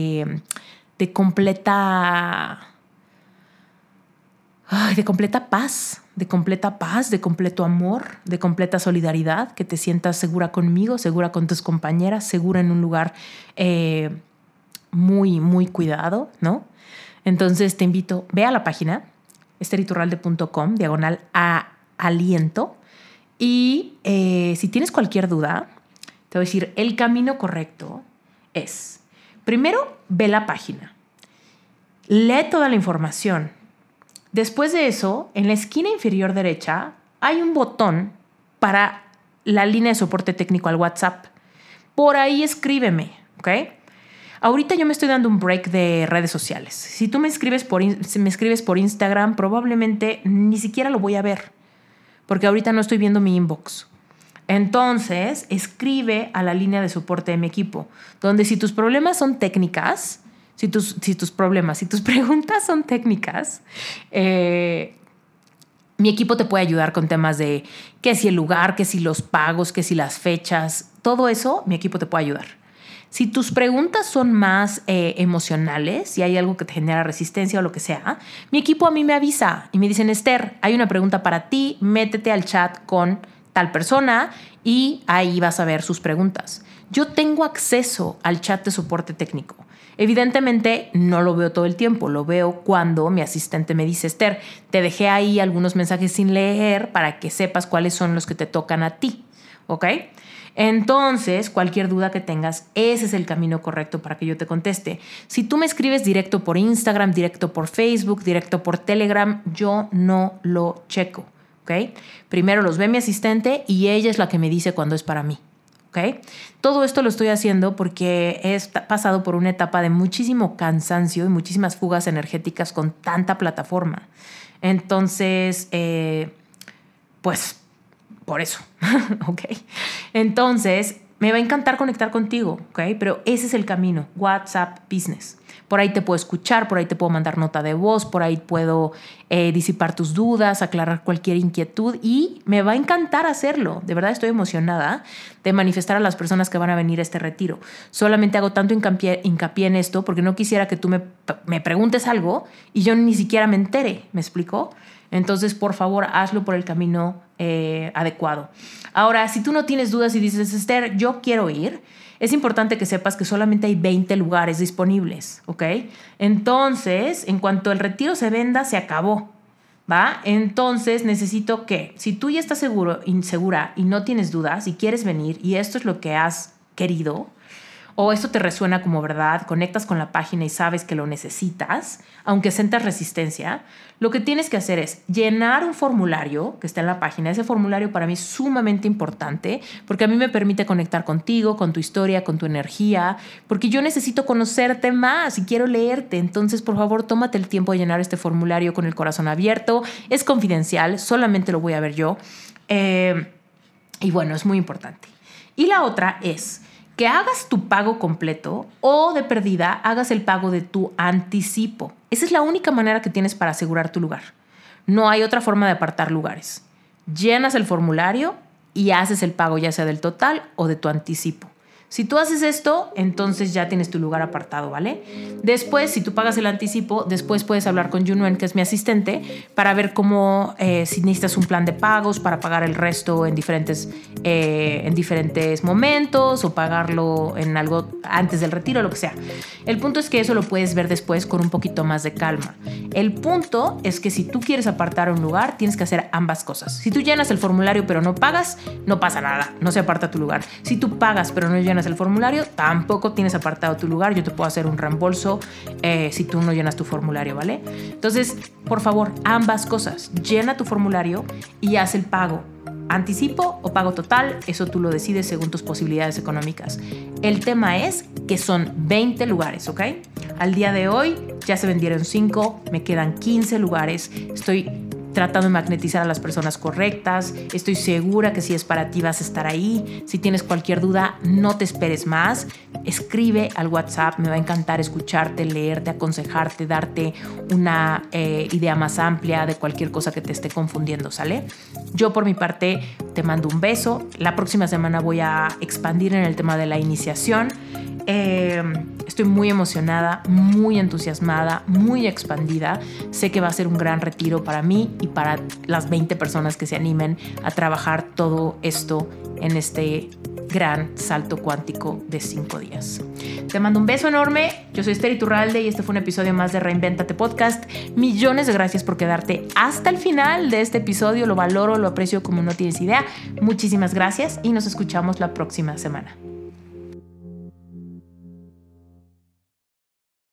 paz, de completo amor, de completa solidaridad, que te sientas segura conmigo, segura con tus compañeras, segura en un lugar muy, muy cuidado, ¿no? Entonces te invito, ve a la página esteriturralde.com/aliento y si tienes cualquier duda, te voy a decir, el camino correcto es, primero, ve la página, lee toda la información. Después de eso, en la esquina inferior derecha hay un botón para la línea de soporte técnico al WhatsApp. Por ahí escríbeme, ¿ok? Ahorita yo me estoy dando un break de redes sociales. Si tú me escribes por Instagram, probablemente ni siquiera lo voy a ver, porque ahorita no estoy viendo mi inbox. Entonces, escribe a la línea de soporte de mi equipo, donde si tus problemas son técnicas, si tus preguntas son técnicas, mi equipo te puede ayudar con temas de qué si el lugar, qué si los pagos, qué si las fechas, todo eso, mi equipo te puede ayudar. Si tus preguntas son más emocionales, si hay algo que te genera resistencia o lo que sea, mi equipo a mí me avisa y me dicen, Esther, hay una pregunta para ti, métete al chat con tal persona y ahí vas a ver sus preguntas. Yo tengo acceso al chat de soporte técnico. Evidentemente no lo veo todo el tiempo, lo veo cuando mi asistente me dice, Esther, te dejé ahí algunos mensajes sin leer para que sepas cuáles son los que te tocan a ti, ¿ok? Entonces, cualquier duda que tengas, ese es el camino correcto para que yo te conteste. Si tú me escribes directo por Instagram, directo por Facebook, directo por Telegram, yo no lo checo, ¿ok? Primero los ve mi asistente y ella es la que me dice cuándo es para mí, ¿ok? Todo esto lo estoy haciendo porque he pasado por una etapa de muchísimo cansancio y muchísimas fugas energéticas con tanta plataforma. Entonces, pues por eso, ¿ok? Entonces, me va a encantar conectar contigo, ¿ok? Pero ese es el camino, WhatsApp Business. Por ahí te puedo escuchar, por ahí te puedo mandar nota de voz, por ahí puedo disipar tus dudas, aclarar cualquier inquietud y me va a encantar hacerlo. De verdad estoy emocionada de manifestar a las personas que van a venir a este retiro. Solamente hago tanto hincapié en esto porque no quisiera que tú me preguntes algo y yo ni siquiera me entere, ¿me explico? Entonces, por favor, hazlo por el camino adecuado. Ahora, si tú no tienes dudas y dices, Esther, yo quiero ir, es importante que sepas que solamente hay 20 lugares disponibles, ¿ok? Entonces, en cuanto el retiro se venda, se acabó, ¿va? Entonces, necesito que, si tú ya estás segura y no tienes dudas y quieres venir y esto es lo que has querido, o esto te resuena como verdad, conectas con la página y sabes que lo necesitas, aunque sientas resistencia, lo que tienes que hacer es llenar un formulario que está en la página. Ese formulario para mí es sumamente importante porque a mí me permite conectar contigo, con tu historia, con tu energía, porque yo necesito conocerte más y quiero leerte. Entonces, por favor, tómate el tiempo de llenar este formulario con el corazón abierto. Es confidencial, solamente lo voy a ver yo. Y bueno, es muy importante. Y la otra es que hagas tu pago completo o de perdida hagas el pago de tu anticipo. Esa es la única manera que tienes para asegurar tu lugar. No hay otra forma de apartar lugares. Llenas el formulario y haces el pago ya sea del total o de tu anticipo. Si tú haces esto, entonces ya tienes tu lugar apartado, ¿vale? Después, si tú pagas el anticipo, después puedes hablar con Yunuen, que es mi asistente, para ver cómo, si necesitas un plan de pagos para pagar el resto en diferentes momentos o pagarlo en algo antes del retiro, lo que sea. El punto es que eso lo puedes ver después con un poquito más de calma. El punto es que si tú quieres apartar un lugar, tienes que hacer ambas cosas. Si tú llenas el formulario pero no pagas, no pasa nada, no se aparta tu lugar. Si tú pagas pero no llenas el formulario, tampoco tienes apartado tu lugar. Yo te puedo hacer un reembolso si tú no llenas tu formulario, ¿vale? Entonces, por favor, ambas cosas. Llena tu formulario y haz el pago. Anticipo o pago total, eso tú lo decides según tus posibilidades económicas. El tema es que son 20 lugares, ¿ok? Al día de hoy ya se vendieron 5, me quedan 15 lugares. Estoy tratando de magnetizar a las personas correctas. Estoy segura que si es para ti vas a estar ahí. Si tienes cualquier duda, no te esperes más. Escribe al WhatsApp. Me va a encantar escucharte, leerte, aconsejarte, darte una idea más amplia de cualquier cosa que te esté confundiendo, ¿sale? Yo por mi parte te mando un beso. La próxima semana voy a expandir en el tema de la iniciación. Estoy muy emocionada, muy entusiasmada, muy expandida. Sé que va a ser un gran retiro para mí y para las 20 personas que se animen a trabajar todo esto en este gran salto cuántico de 5 días. Te mando un beso enorme. Yo soy Esther Iturralde y este fue un episodio más de Reinvéntate Podcast. Millones de gracias por quedarte hasta el final de este episodio. Lo valoro, lo aprecio como no tienes idea. Muchísimas gracias y nos escuchamos la próxima semana.